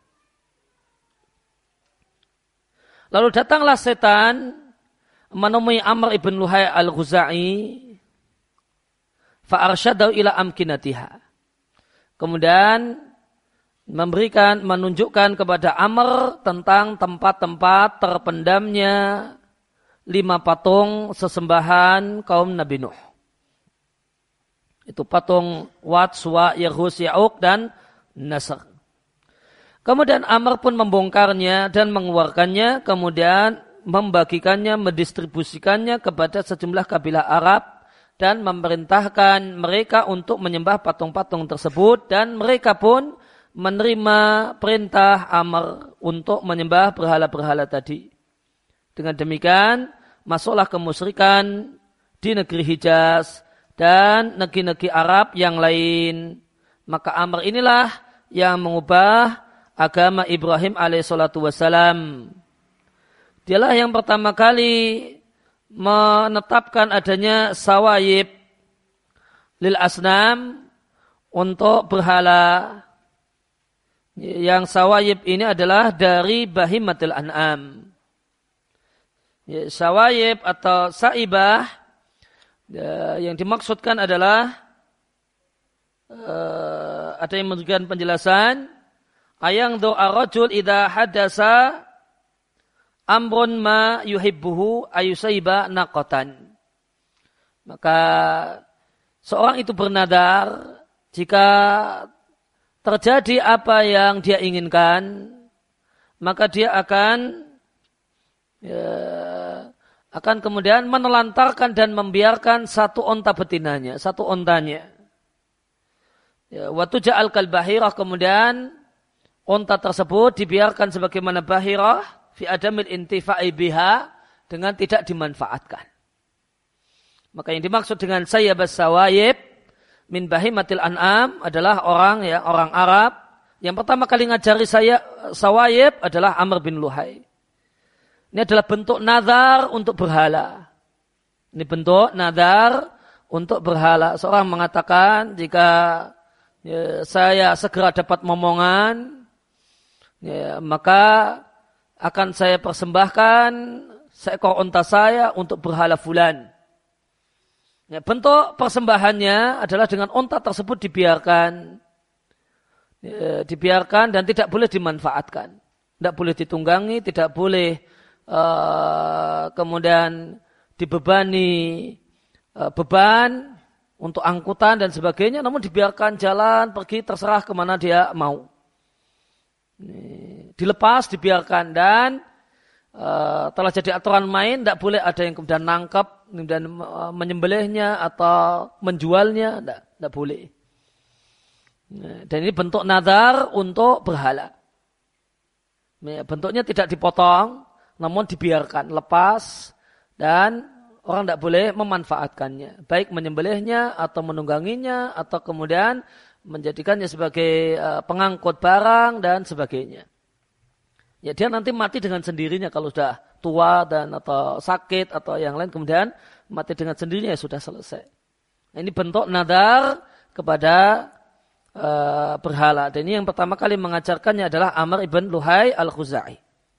S1: Lalu datanglah setan menemui Amr ibn Luhai al-Khuzai, fa'arsyadahu ila amkinatiha. Kemudian memberikan, menunjukkan kepada Amr tentang tempat-tempat terpendamnya lima patung sesembahan kaum Nabi Nuh. Itu patung Wat, Suwa, Yarhus, Ya'uq dan Nasr. Kemudian Amr pun membongkarnya dan mengeluarkannya, kemudian membagikannya, mendistribusikannya kepada sejumlah kabilah Arab dan memerintahkan mereka untuk menyembah patung-patung tersebut, dan mereka pun menerima perintah Amr untuk menyembah berhala-berhala tadi. Dengan demikian masuklah kemusyrikan di negeri Hijaz dan negeri-negeri Arab yang lain. Maka Amr inilah yang mengubah agama Ibrahim alaihissalatu wassalam. Dialah yang pertama kali menetapkan adanya sawayib lil asnam untuk berhala. Yang sawayib ini adalah dari bahimatil an'am. Ya, sawayib atau saibah ya, yang dimaksudkan adalah uh, ada yang memberikan penjelasan ayang do'a rajul idza hadasa amrun ma yuhibbuhu ayusaiba naqatan. Maka seorang itu bernadar jika terjadi apa yang dia inginkan, maka dia akan ya, akan kemudian menelantarkan dan membiarkan satu onta betinanya, satu ontanya. Ya, wa tuja'al kal bahirah, kemudian onta tersebut dibiarkan sebagaimana bahirah fi adamil intifa'i biha, dengan tidak dimanfaatkan. Maka yang dimaksud dengan sayyabas sawayib min bahimatil an'am adalah orang ya orang Arab yang pertama kali ngajari saya sawayib adalah Amr bin Luhai. Ini adalah bentuk nazar untuk berhala. Ini bentuk nazar untuk berhala. Seorang mengatakan jika ya, saya segera dapat momongan, ya, maka akan saya persembahkan seekor unta saya untuk berhala fulan. Ya, bentuk persembahannya adalah dengan unta tersebut dibiarkan, ya, dibiarkan dan tidak boleh dimanfaatkan, tidak boleh ditunggangi, tidak boleh uh, kemudian dibebani uh, beban untuk angkutan dan sebagainya, namun dibiarkan jalan pergi terserah kemana dia mau, dilepas, dibiarkan dan uh, telah jadi aturan main, tidak boleh ada yang kemudian nangkap dan menyembelihnya atau menjualnya, tidak, tidak boleh. Dan ini bentuk nazar untuk berhala. Bentuknya tidak dipotong, namun dibiarkan, lepas, dan orang tidak boleh memanfaatkannya. Baik menyembelihnya atau menungganginya, atau kemudian menjadikannya sebagai pengangkut barang dan sebagainya. Ya, dia nanti mati dengan sendirinya kalau sudah tua dan atau sakit atau yang lain, kemudian mati dengan sendirinya ya sudah selesai. Nah, ini bentuk nadar kepada uh, berhala. Dan ini yang pertama kali mengajarkannya adalah Amr ibn Luhai al-Khuzai.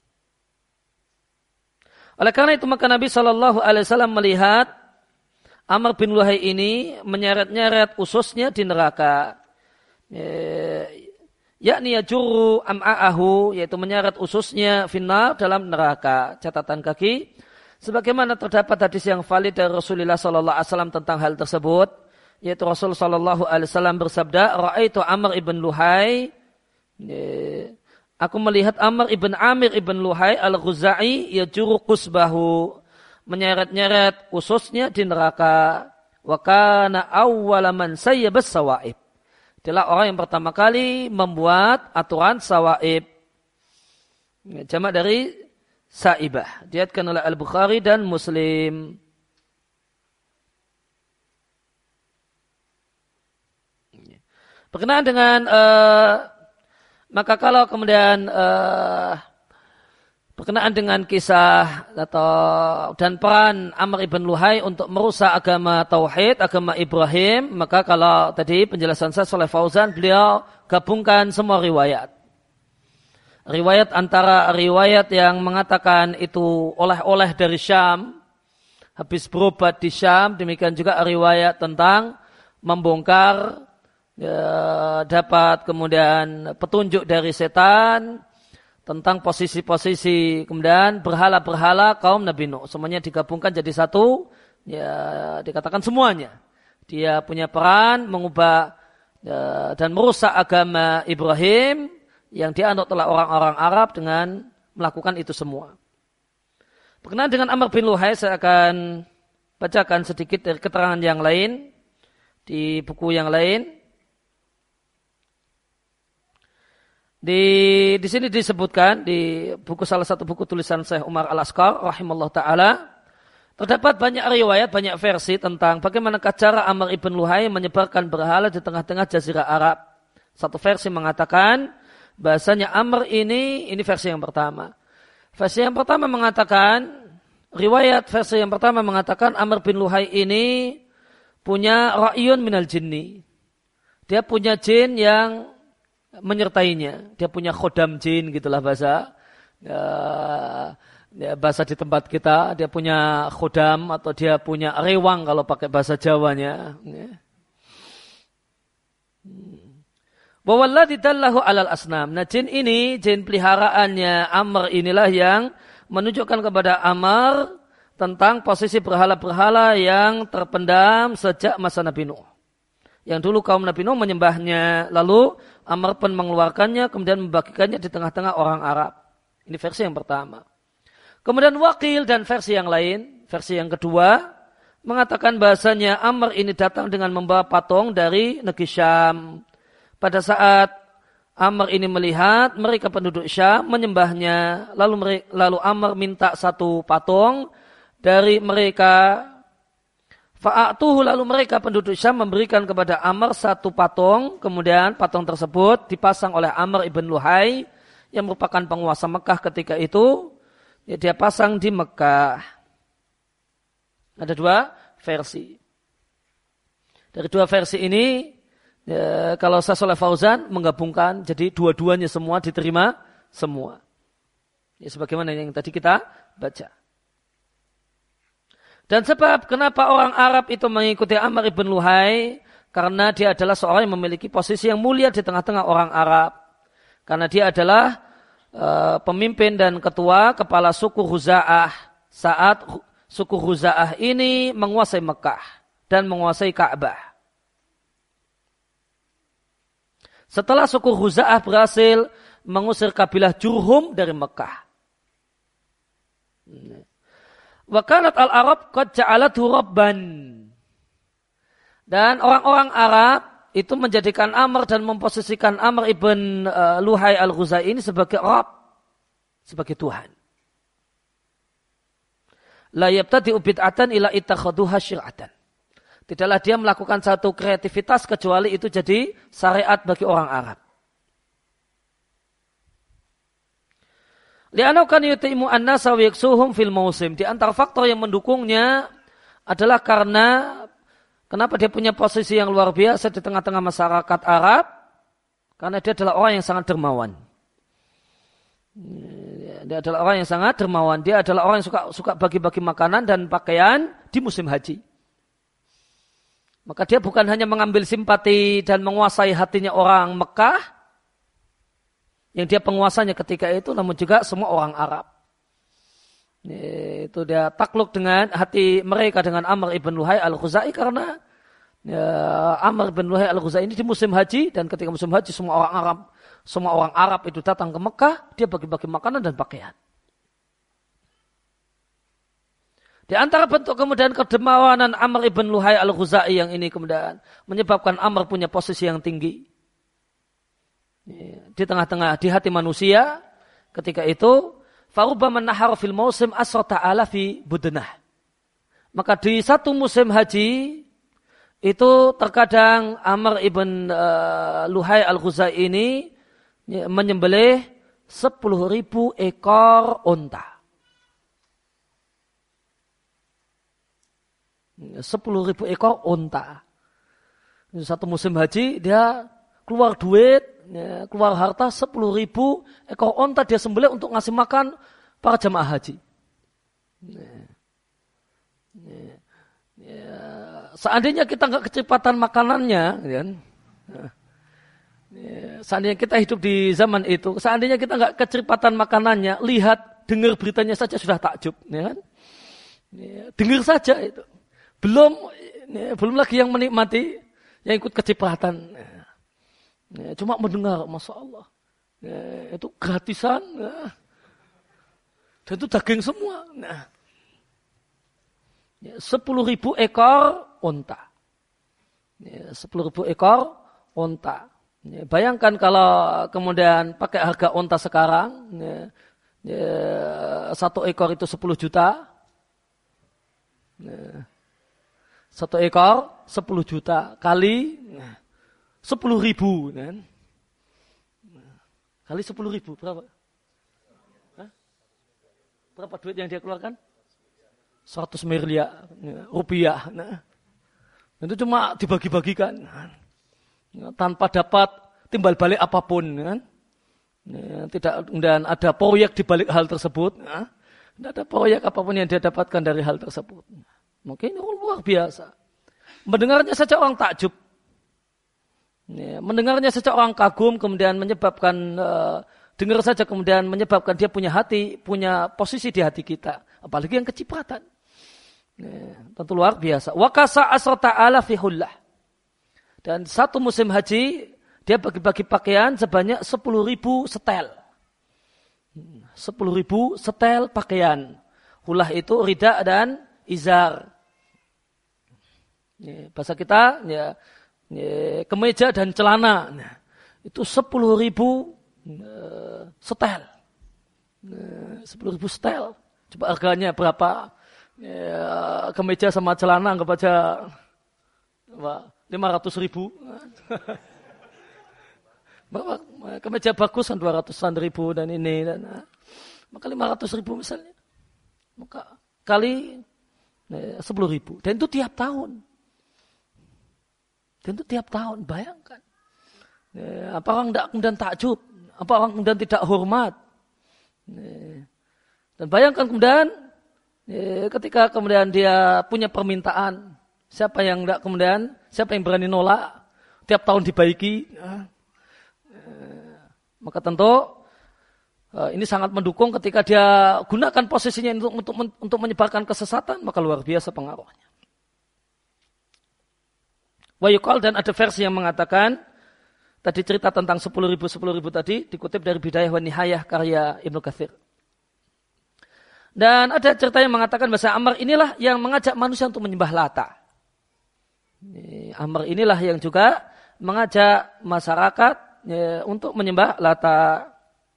S1: Oleh karena itu maka Nabi shallallahu alaihi wasallam melihat Amr bin Luhai ini menyeret-nyeret ususnya di neraka. E, yakni yajurru am'a'ahu, yaitu menyeret ususnya finnar dalam neraka. Catatan kaki, sebagaimana terdapat hadis yang valid dari Rasulullah sallallahu alaihi wasallam tentang hal tersebut, yaitu Rasul sallallahu alaihi wasallam bersabda, ra'aitu Amr ibn Luhai, aku melihat Amr ibn Amir ibn Luhai al-Ghuzai yajurru qusbahu, menyeret-nyeret ususnya di neraka. Wa kana awwala man sayyabas sawaib, adalah orang yang pertama kali membuat aturan sawaib. Jamak dari saibah. Diriwayatkan oleh Al-Bukhari dan Muslim. Berkenaan dengan uh, maka kalau kemudian uh, berkenaan dengan kisah atau dan peran Amr ibn Luhai untuk merusak agama Tauhid, agama Ibrahim, maka kalau tadi penjelasan saya oleh Fauzan, beliau gabungkan semua riwayat. Riwayat antara riwayat yang mengatakan itu oleh-oleh dari Syam, habis berobat di Syam, demikian juga riwayat tentang membongkar ya, dapat kemudian petunjuk dari setan, tentang posisi-posisi kemudian berhala-berhala kaum Nabi Nuh. Semuanya digabungkan jadi satu, ya dikatakan semuanya. Dia punya peran mengubah ya, dan merusak agama Ibrahim yang dianut oleh orang-orang Arab dengan melakukan itu semua. Berkenaan dengan Amr bin Luhai, saya akan bacakan sedikit dari keterangan yang lain di buku yang lain. Di di sini disebutkan di buku salah satu buku tulisan Syekh Umar Al-Asqar rahimallahu taala, terdapat banyak riwayat, banyak versi tentang bagaimana cara Amr ibn Luhai menyebarkan berhala di tengah-tengah jazirah Arab. Satu versi mengatakan bahasanya Amr ini, ini versi yang pertama. Versi yang pertama mengatakan, riwayat versi yang pertama mengatakan Amr bin Luhai ini punya ra'yun minal jinni. Dia punya jin yang menyertainya. Dia punya khodam jin, gitulah bahasa. Ya, ya, bahasa di tempat kita, dia punya khodam atau dia punya rewang kalau pakai bahasa Jawanya. Ya. Wawalladzi dallahu alal asnam. Nah, jin ini, jin peliharaannya Amr inilah yang menunjukkan kepada Amr tentang posisi berhala-berhala yang terpendam sejak masa Nabi Nuh. Yang dulu kaum Nabi Nuh menyembahnya, lalu Amr pun mengeluarkannya, kemudian membagikannya di tengah-tengah orang Arab. Ini versi yang pertama. Kemudian Waqil dan versi yang lain, versi yang kedua, mengatakan bahasanya Amr ini datang dengan membawa patung dari negeri Syam. Pada saat Amr ini melihat mereka penduduk Syam menyembahnya, lalu lalu Amr minta satu patung dari mereka. Fa'atuhu, lalu mereka penduduk Syam memberikan kepada Amr satu patung, kemudian patung tersebut dipasang oleh Amr ibn Luhai yang merupakan penguasa Mekah ketika itu, ya, dia pasang di Mekah. Ada dua versi. Dari dua versi ini, ya, kalau Syekh Shalih Fauzan menggabungkan, jadi dua-duanya semua diterima semua. Ya, sebagaimana yang tadi kita baca. Dan sebab kenapa orang Arab itu mengikuti Amr ibn Luhai, karena dia adalah seorang yang memiliki posisi yang mulia di tengah-tengah orang Arab. Karena dia adalah uh, pemimpin dan ketua kepala suku Khuza'ah saat suku Khuza'ah ini menguasai Mekah dan menguasai Ka'bah. Setelah suku Khuza'ah berhasil mengusir kabilah Jurhum dari Mekah. Wa kanat al-Arab qad ja'alathu rabban. Dan orang-orang Arab itu menjadikan Amr dan memposisikan Amr ibn uh, Luhai al-Ghuzai ini sebagai Rabb, sebagai Tuhan. La yabtadi'u bid'atan ila ittakhadhuha syir'atan. Tidaklah dia melakukan satu kreativitas kecuali itu jadi syariat bagi orang Arab. Li'anau kan yutimu an-nasa wa yaksuhum fil mausim. Di antara faktor yang mendukungnya adalah karena kenapa dia punya posisi yang luar biasa di tengah-tengah masyarakat Arab? Karena dia adalah orang yang sangat dermawan. Dia adalah orang yang sangat dermawan. Dia adalah orang yang suka suka bagi-bagi makanan dan pakaian di musim haji. Maka dia bukan hanya mengambil simpati dan menguasai hatinya orang Mekah yang dia penguasanya ketika itu, namun juga semua orang Arab. Itu dia takluk dengan hati mereka dengan Amr ibn Luhai al-Ghuzai karena ya, Amr ibn Luhai al-Ghuzai ini di musim haji, dan ketika musim haji semua orang Arab, semua orang Arab itu datang ke Mekah, dia bagi-bagi makanan dan pakaian. Di antara bentuk kemudian kedermawanan Amr ibn Luhai al-Ghuzai yang ini kemudian menyebabkan Amr punya posisi yang tinggi di tengah-tengah di hati manusia ketika itu. Farubbama nahara fil mausim asrata alafi budnah. Maka di satu musim haji itu terkadang Amr ibn uh, Luhai al-Ghuzai ini menyembelih sepuluh ribu ekor unta. Sepuluh ribu ekor unta. Satu musim haji dia keluar duit, ya, keluar harta sepuluh ribu ekor unta dia sembelih untuk ngasih makan para jamaah haji. Ya. Ya. Ya. Seandainya kita nggak kecepatan makanannya, ya, ya, seandainya kita hidup di zaman itu, seandainya kita nggak kecepatan makanannya, lihat, dengar beritanya saja sudah takjub, ya kan? Ya, dengar saja itu, belum, ya, belum lagi yang menikmati, yang ikut kecepatan. Ya. Ya, cuma mendengar, Masya Allah, ya, itu gratisan, ya. Dan itu daging semua. Nah, ya, sepuluh ribu ekor unta, ya, sepuluh ribu ekor unta. Ya, bayangkan kalau kemudian pakai harga unta sekarang, ya, ya, satu ekor itu sepuluh juta. Ya, satu ekor sepuluh juta kali sepuluh ribu. Kan? Kali sepuluh ribu berapa? Hah? Berapa duit yang dia keluarkan? seratus miliar ya, rupiah. Nah, itu cuma dibagi-bagikan. Ya, tanpa dapat timbal balik apapun. Kan? Ya, tidak dan ada proyek di balik hal tersebut. Ya. Tidak ada proyek apapun yang dia dapatkan dari hal tersebut. Mungkin luar biasa. Mendengarnya saja orang takjub. Ya, mendengarnya saja orang kagum, kemudian menyebabkan, uh, dengar saja kemudian menyebabkan dia punya hati, punya posisi di hati kita. Apalagi yang kecipratan. Ya, tentu luar biasa. Wa kasa asrata ala fi hullah. Dan satu musim haji, dia bagi-bagi pakaian sebanyak sepuluh ribu setel. sepuluh ribu setel pakaian. Hullah itu rida dan izar. Ya, bahasa kita, ya, ya, kemeja dan celana. Nah, itu sepuluh ribu uh, setel. Nah, sepuluh ribu setel. Coba harganya berapa? Ya, kemeja sama celana anggap aja lima ratus ribu. Kemeja bagus kan dua ratusan ribu dan ini. Dan, maka lima ratus ribu misalnya. Maka kali ya, sepuluh ribu. Dan itu tiap tahun. Dan itu tiap tahun. Bayangkan. Ya, apa orang tidak kemudian takjub? Apa orang kemudian tidak hormat? Ya. Dan bayangkan kemudian ya, ketika kemudian dia punya permintaan, siapa yang tidak kemudian, siapa yang berani nolak, tiap tahun dibaiki, ya, ya, maka tentu uh, ini sangat mendukung ketika dia gunakan posisinya untuk, untuk untuk menyebarkan kesesatan, maka luar biasa pengaruhnya. Wa yuqal, dan ada versi yang mengatakan, tadi cerita tentang sepuluh ribu sepuluh ribu tadi dikutip dari Bidayah wa Nihayah karya Ibnu Katsir. Dan ada cerita yang mengatakan bahasa Amr inilah yang mengajak manusia untuk menyembah Lata. Amr inilah yang juga mengajak masyarakat ya, untuk menyembah Lata.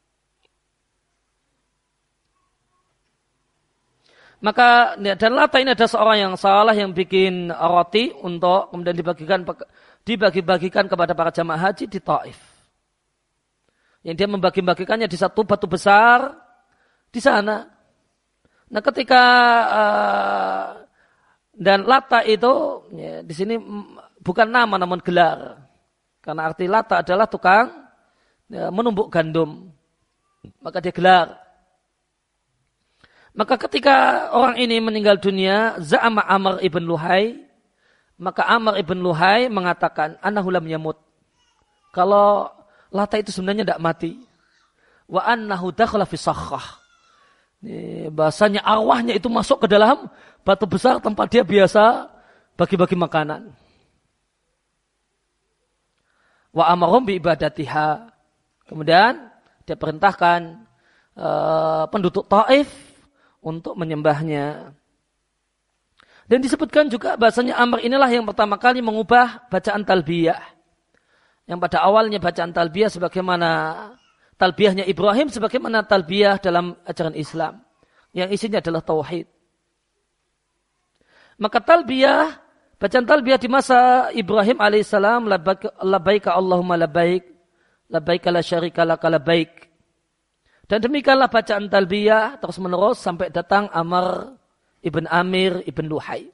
S1: Maka dan Lata ini ada seorang yang salah yang bikin roti untuk kemudian dibagikan dibagi-bagikan kepada para jamaah haji di Taif. Yang dia membagi-bagikannya di satu batu besar di sana. Nah, ketika uh, dan Lata itu ya, di sini bukan nama namun gelar. Karena arti Lata adalah tukang ya, menumbuk gandum. Maka dia gelar. Maka ketika orang ini meninggal dunia, Za'ama Amr ibn Luhai, maka Amr ibn Luhai mengatakan, annahu lam yamut. Kalau Lata itu sebenarnya tidak mati. Wa annahu dakhala fi sakhah. Bahasanya arwahnya itu masuk ke dalam batu besar tempat dia biasa bagi-bagi makanan. Wa amarum bi ibadatiha. Kemudian dia perintahkan uh, penduduk Taif untuk menyembahnya. Dan disebutkan juga bahasanya Amr inilah yang pertama kali mengubah bacaan talbiyah. Yang pada awalnya bacaan talbiyah sebagaimana talbiyahnya Ibrahim, sebagaimana talbiyah dalam ajaran Islam. Yang isinya adalah tauhid. Maka talbiyah, bacaan talbiyah di masa Ibrahim alaihissalam, labbaika Allahumma labbaik, labbaika la syarika laka labbaik. Dan demikianlah bacaan talbiyah terus menerus sampai datang Amr ibn Amir ibn Luhai.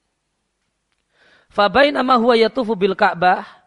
S1: Fa bainama huwa yatufu bil Ka'bah.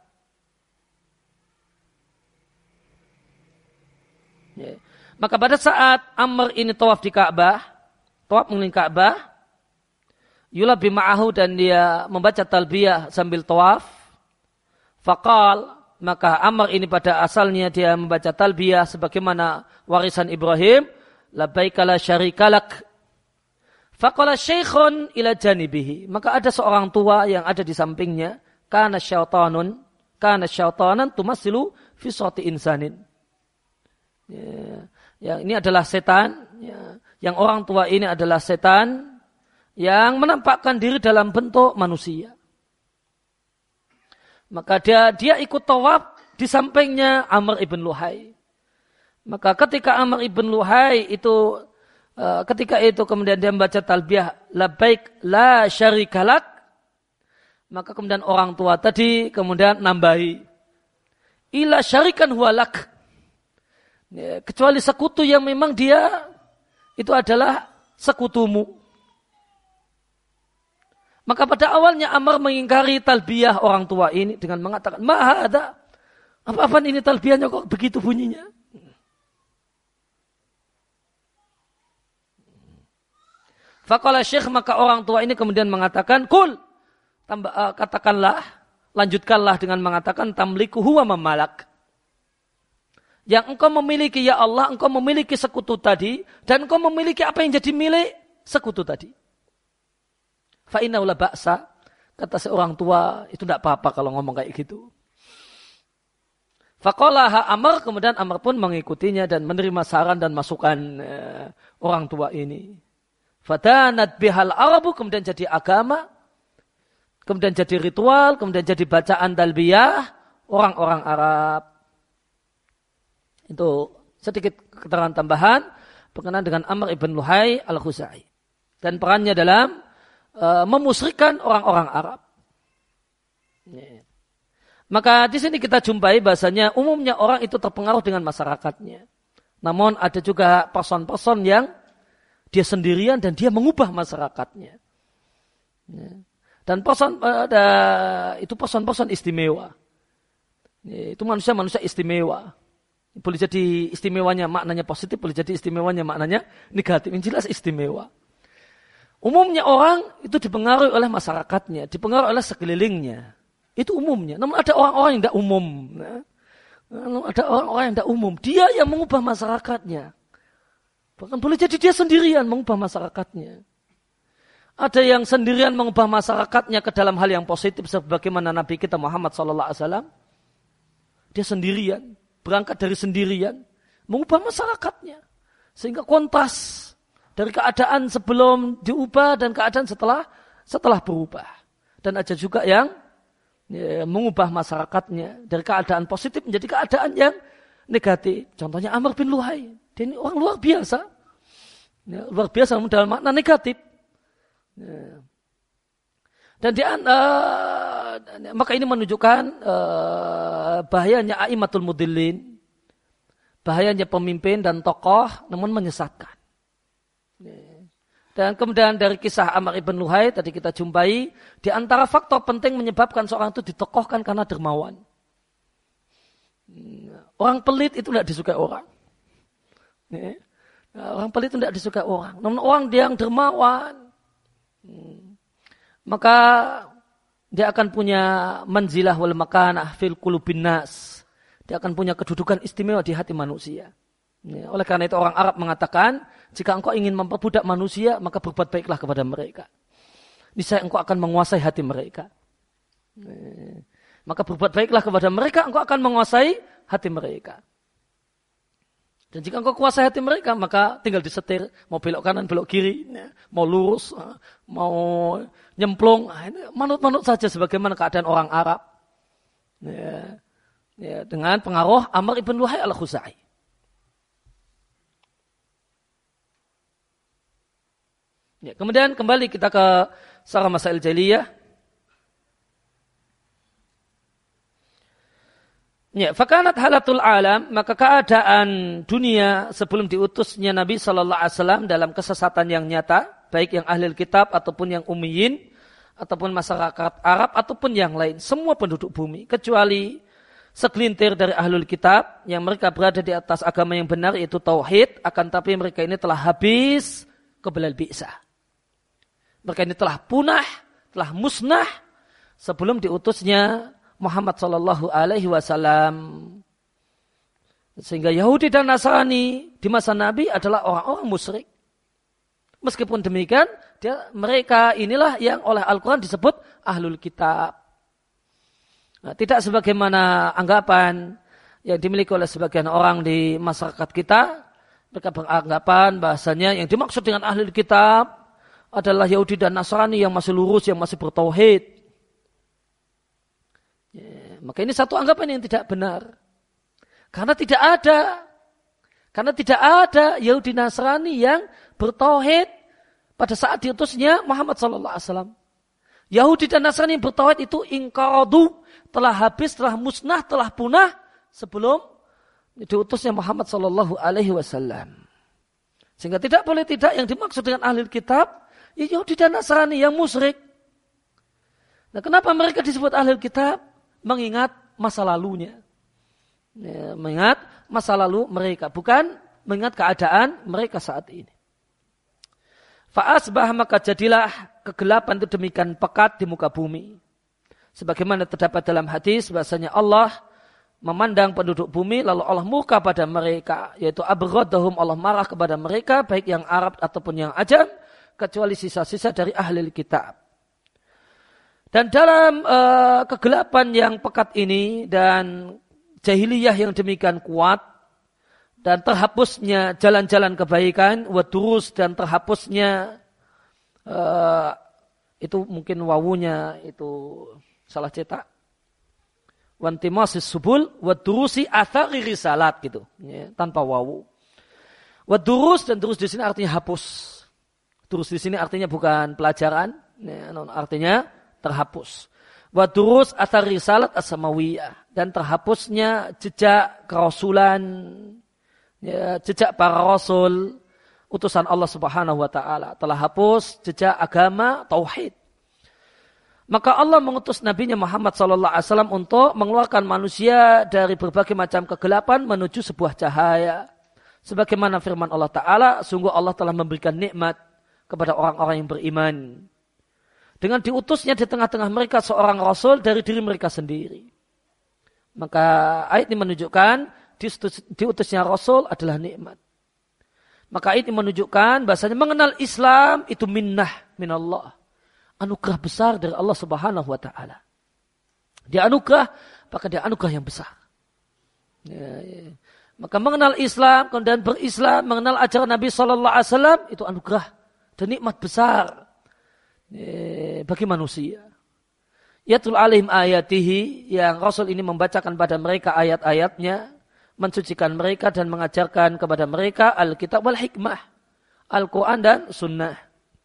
S1: Ya. Maka pada saat Amr ini tawaf di Ka'bah, tawaf mengelilingi Ka'bah, yulabbi ma'ahu, dan dia membaca talbiyah sambil tawaf. Faqal, maka Amr ini pada asalnya dia membaca talbiyah sebagaimana warisan Ibrahim, labbaika la syarikalak. Faqala syaikhun ila janibihi, maka ada seorang tua yang ada di sampingnya, kana syaitanun, kana syaitanan tumassilu fi surati insanin. Ya, yang ini adalah setan, ya, yang orang tua ini adalah setan yang menampakkan diri dalam bentuk manusia. Maka dia dia ikut tawaf di sampingnya Amr ibn Luhai. Maka ketika Amr ibn Luhai itu uh, ketika itu kemudian dia membaca talbiyah labbaik la syarikalak, maka kemudian orang tua tadi kemudian nambahi ila syarikan huwalak, ya, kecuali sekutu yang memang dia itu adalah sekutumu. Maka pada awalnya Amr mengingkari talbiyah orang tua ini dengan mengatakan, "Ma ada? Apa-apaan ini talbiyahnya kok begitu bunyinya?" Faqala syekh, maka orang tua ini kemudian mengatakan, "Kul, tambah uh, katakanlah, lanjutkanlah dengan mengatakan tamliku huwa mamalak." Yang engkau memiliki ya Allah, engkau memiliki sekutu tadi dan engkau memiliki apa yang jadi milik sekutu tadi. Fa inna la ba'sa, kata seorang tua, itu tidak apa-apa kalau ngomong kayak gitu. Faqalaha Amr, kemudian Amr pun mengikutinya dan menerima saran dan masukan eh, orang tua ini. Fadanat bihal arabu, kemudian jadi agama, kemudian jadi ritual, kemudian jadi bacaan talbiyah orang-orang Arab. Itu sedikit keterangan tambahan berkenaan dengan Amr ibn Luhai al-Khuzai dan perannya dalam memusyrikan orang-orang Arab. Ya. Maka di sini kita jumpai bahasanya umumnya orang itu terpengaruh dengan masyarakatnya. Namun ada juga person-person yang dia sendirian dan dia mengubah masyarakatnya. Ya. Dan person ada itu person-person istimewa. Ya, itu manusia-manusia istimewa. Boleh jadi istimewanya maknanya positif, boleh jadi istimewanya maknanya negatif. Yang jelas istimewa. Umumnya orang itu dipengaruhi oleh masyarakatnya, dipengaruhi oleh sekelilingnya. Itu umumnya. Namun ada orang-orang yang tidak umum. Ada orang-orang yang tidak umum. Dia yang mengubah masyarakatnya. Bahkan boleh jadi dia sendirian mengubah masyarakatnya. Ada yang sendirian mengubah masyarakatnya ke dalam hal yang positif. Sebagaimana Nabi kita Muhammad shallallahu alaihi wasallam. Dia sendirian. Berangkat dari sendirian. Mengubah masyarakatnya. Sehingga kontras. Dari keadaan sebelum diubah dan keadaan setelah setelah berubah. Dan ada juga yang ya, mengubah masyarakatnya dari keadaan positif menjadi keadaan yang negatif. Contohnya Amr bin Luhai. Dia ini orang luar biasa. Ya, luar biasa dalam makna negatif. Ya. Dan dia, uh, maka ini menunjukkan uh, bahayanya a'immatul mudillin. Bahayanya pemimpin dan tokoh namun menyesatkan. Dan kemudian dari kisah Amr ibn Luhai tadi kita jumpai di antara faktor penting menyebabkan seorang itu ditokohkan karena dermawan. Orang pelit itu tidak disukai orang. Orang pelit itu tidak disukai orang. Namun orang dia yang dermawan, maka dia akan punya manzilah wal makanah fil qulubin nas. Dia akan punya kedudukan istimewa di hati manusia. Ya, oleh karena itu orang Arab mengatakan, jika engkau ingin memperbudak manusia, maka berbuat baiklah kepada mereka. Niscaya engkau akan menguasai hati mereka. Ya, maka berbuat baiklah kepada mereka, engkau akan menguasai hati mereka. Dan jika engkau kuasai hati mereka, maka tinggal disetir, mau belok kanan, belok kiri, ya, mau lurus, mau nyemplung, manut-manut saja sebagaimana keadaan orang Arab. Ya, ya, dengan pengaruh Amr ibn Luhai al-Khuzai. Ya, kemudian kembali kita ke Sarah Masail Jaliyah. Ya, fakanat halatul alam, maka keadaan dunia sebelum diutusnya Nabi sallallahu alaihi wasallam dalam kesesatan yang nyata, baik yang ahli kitab ataupun yang ummiyin ataupun masyarakat Arab ataupun yang lain, semua penduduk bumi kecuali segelintir dari ahlul kitab yang mereka berada di atas agama yang benar yaitu tauhid, akan tapi mereka ini telah habis qabla al-bi'sah. Mereka ini telah punah, telah musnah sebelum diutusnya Muhammad sallallahu alaihi wasallam. Sehingga Yahudi dan Nasrani di masa Nabi adalah orang-orang musyrik. Meskipun demikian, dia, mereka inilah yang oleh Al-Quran disebut ahlul kitab. Nah, tidak sebagaimana anggapan yang dimiliki oleh sebagian orang di masyarakat kita. Mereka beranggapan bahasanya yang dimaksud dengan ahlul kitab adalah Yahudi dan Nasrani yang masih lurus, yang masih bertauhid. Ya. Ya, maka ini satu anggapan yang tidak benar. Karena tidak ada. Karena tidak ada Yahudi Nasrani yang bertauhid pada saat diutusnya Muhammad sallallahu alaihi wasallam. Yahudi dan Nasrani yang bertauhid itu ingkaradu, telah habis, telah musnah, telah punah sebelum diutusnya Muhammad sallallahu alaihi wasallam. Sehingga tidak boleh tidak yang dimaksud dengan ahli kitab ya Yahudi dan Nasrani yang musyrik. Nah, kenapa mereka disebut ahli kitab? Mengingat masa lalunya. Ya, mengingat masa lalu mereka, bukan mengingat keadaan mereka saat ini. Fa'asbah, maka jadilah kegelapan itu demikian pekat di muka bumi. Sebagaimana terdapat dalam hadis bahasanya Allah memandang penduduk bumi lalu Allah murka pada mereka, yaitu abghadahum, Allah marah kepada mereka baik yang Arab ataupun yang Ajam, kecuali sisa-sisa dari ahli kitab. Dan dalam uh, kegelapan yang pekat ini dan jahiliyah yang demikian kuat dan terhapusnya jalan-jalan kebaikan, wadurus, dan terhapusnya uh, itu mungkin wawunya itu salah cetak, wantimasis subul wadurusi athari risalat gitu, ya, tanpa wawu. Wadurus, dan durus di sini artinya hapus. Durus di sini artinya bukan pelajaran, ya, artinya terhapus. Wadurus athar risalat as-samawiyah, dan terhapusnya jejak kerasulan, ya, jejak para rasul utusan Allah Subhanahu wa taala, telah hapus jejak agama tauhid. Maka Allah mengutus Nabi-Nya Muhammad sallallahu alaihi wasallam untuk mengeluarkan manusia dari berbagai macam kegelapan menuju sebuah cahaya. Sebagaimana firman Allah taala, sungguh Allah telah memberikan nikmat kepada orang-orang yang beriman dengan diutusnya di tengah-tengah mereka seorang rasul dari diri mereka sendiri. Maka ayat ini menunjukkan diutusnya rasul adalah nikmat. Maka ayat ini menunjukkan bahasanya mengenal Islam itu minnah minallah, anugerah besar dari Allah Subhanahu wa taala. Dia anugerah, maka dia anugerah yang besar. Ya, ya. Maka mengenal Islam, kemudian berislam, mengenal ajaran Nabi sallallahu alaihi wasallam itu anugerah dan nikmat besar bagi manusia. Yatul alim ayatihi, yang Rasul ini membacakan pada mereka ayat-ayatnya, mensucikan mereka dan mengajarkan kepada mereka Alkitab wal hikmah, Al-Quran dan Sunnah.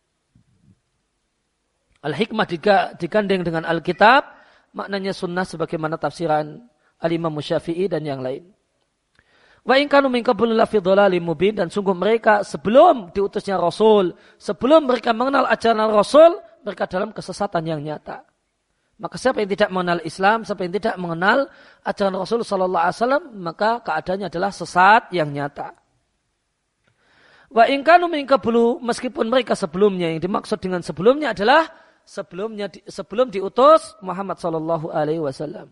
S1: Al-hikmah digandeng dengan Alkitab, maknanya Sunnah sebagaimana tafsiran Al-Imam Syafi'i dan yang lain. Wa in kanu min qablu lafi dhalalim mubin, dan sungguh mereka sebelum diutusnya Rasul, sebelum mereka mengenal ajaran Rasul, mereka dalam kesesatan yang nyata. Maka siapa yang tidak mengenal Islam, siapa yang tidak mengenal ajaran Rasul sallallahu alaihi wasallam, maka keadaannya adalah sesat yang nyata. Wa in kanu min qablu, meskipun mereka sebelumnya, yang dimaksud dengan sebelumnya adalah sebelumnya sebelum diutus Muhammad sallallahu alaihi wasallam.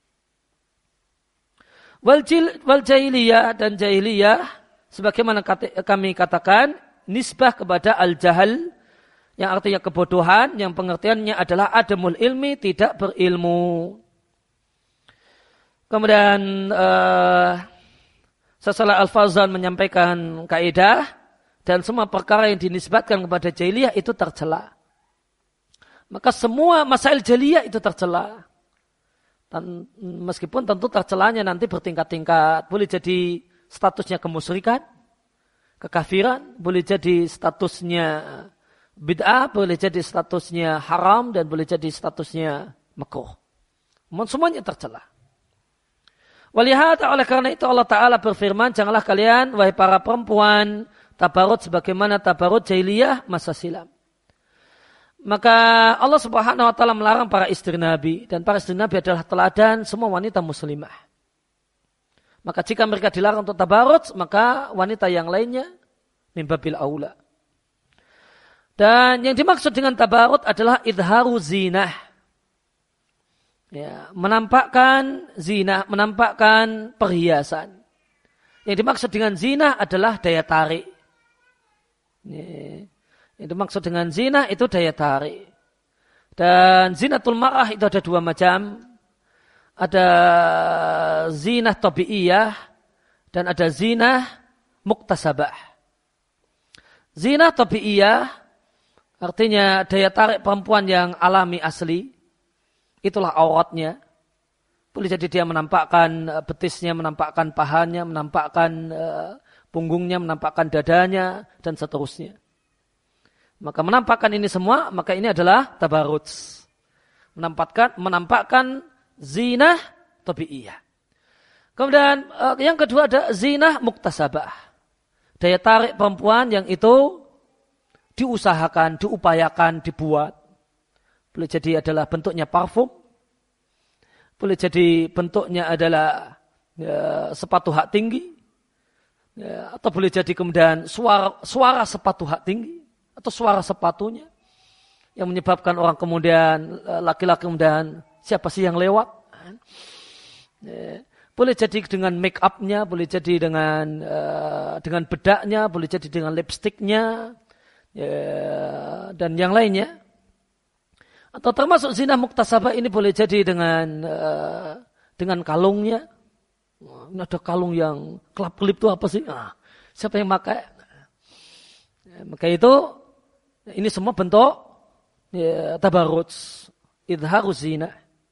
S1: Wal jahiliyah, dan jahiliyah sebagaimana kami katakan nisbah kepada al-jahal yang artinya kebodohan, yang pengertiannya adalah adamul ilmi, tidak berilmu. Kemudian uh, setelah Al-Fawzan menyampaikan kaidah, dan semua perkara yang dinisbatkan kepada jahiliyah itu tercela. Maka semua masail jahiliyah itu tercela. Dan meskipun tentu tercelanya nanti bertingkat-tingkat, boleh jadi statusnya kemusyrikan, kekafiran, boleh jadi statusnya bid'ah, boleh jadi statusnya haram, dan boleh jadi statusnya makruh. Semuanya tercela. Walihata, oleh karena itu Allah Ta'ala berfirman, janganlah kalian, wahai para perempuan, tabarut sebagaimana tabarut jahiliyah masa silam. Maka Allah Subhanahu wa taala melarang para istri Nabi, dan para istri Nabi adalah teladan semua wanita muslimah. Maka jika mereka dilarang untuk tabarut, maka wanita yang lainnya min babil aula. Dan yang dimaksud dengan tabarut adalah idharu zinah. Ya, menampakkan zinah, menampakkan perhiasan. Yang dimaksud dengan zinah adalah daya tarik. Ya. Itu maksud dengan zina itu daya tarik. Dan zinatul mar'ah itu ada dua macam. Ada zinah tabi'iyah dan ada zinah muktasabah. Zinah tabi'iyah artinya daya tarik perempuan yang alami asli. Itulah auratnya. Boleh jadi dia menampakkan betisnya, menampakkan pahanya, menampakkan uh, punggungnya, menampakkan dadanya, dan seterusnya. Maka menampakkan ini semua, maka ini adalah tabarruj. Menampakkan, menampakkan zinah tabi'iyah. Kemudian uh, yang kedua ada zinah muktasabah. Daya tarik perempuan yang itu diusahakan, diupayakan, dibuat. Boleh jadi adalah bentuknya parfum. Boleh jadi bentuknya adalah ya, sepatu hak tinggi. Ya, atau boleh jadi kemudian suara, suara sepatu hak tinggi. Atau suara sepatunya. Yang menyebabkan orang kemudian, laki-laki kemudian, siapa sih yang lewat? Ya, boleh jadi dengan make up-nya, boleh jadi dengan uh, dengan bedaknya, boleh jadi dengan lipstiknya, ya, dan yang lainnya. Atau termasuk zina muktasabah ini boleh jadi dengan uh, dengan kalungnya. Wah, ini ada kalung yang kelap-kelip itu apa sih? Ah, siapa yang pakai? Ya, maka itu ini semua bentuk ya, tabarruj, idharuz zina.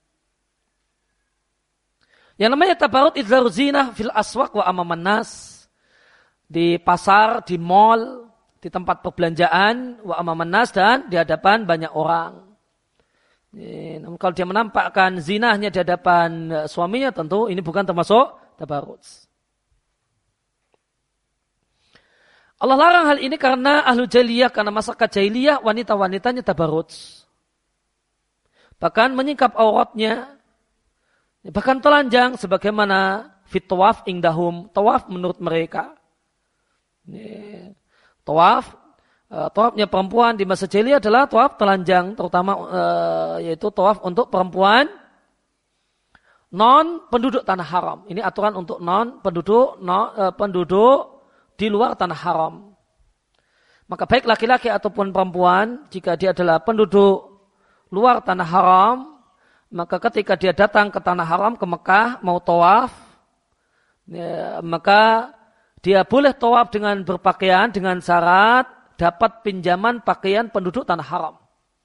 S1: Yang namanya tabarruj idharuz zina fil aswaq wa amaman nas. Di pasar, di mall, di tempat perbelanjaan, wa amaman nas, dan di hadapan banyak orang. Ya, namun kalau dia menampakkan zinahnya di hadapan suaminya, tentu ini bukan termasuk tabarruj. Allah larang hal ini karena ahlu jahiliyah, karena masyarakat jahiliyah wanita-wanitanya tabarruj. Bahkan menyingkap auratnya, bahkan telanjang sebagaimana fit tawaf indahum, tawaf menurut mereka. Ya, tawaf Uh, tawafnya perempuan di masa jahiliyah adalah tawaf telanjang, terutama uh, yaitu tawaf untuk perempuan non penduduk tanah haram. Ini aturan untuk non penduduk no, uh, penduduk di luar tanah haram. Maka baik laki-laki ataupun perempuan, jika dia adalah penduduk luar tanah haram, maka ketika dia datang ke tanah haram, ke Mekah mau tawaf, ya, maka dia boleh tawaf dengan berpakaian dengan syarat dapat pinjaman pakaian penduduk tanah haram.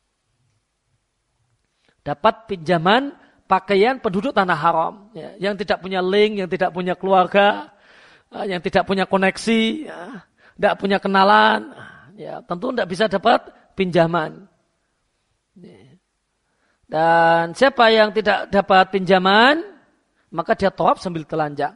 S1: Dapat pinjaman pakaian penduduk tanah haram. Ya, yang tidak punya link, yang tidak punya keluarga, yang tidak punya koneksi, ya, tidak punya kenalan, ya, tentu tidak bisa dapat pinjaman. Ya. Dan siapa yang tidak dapat pinjaman, maka dia tawaf sambil telanjang.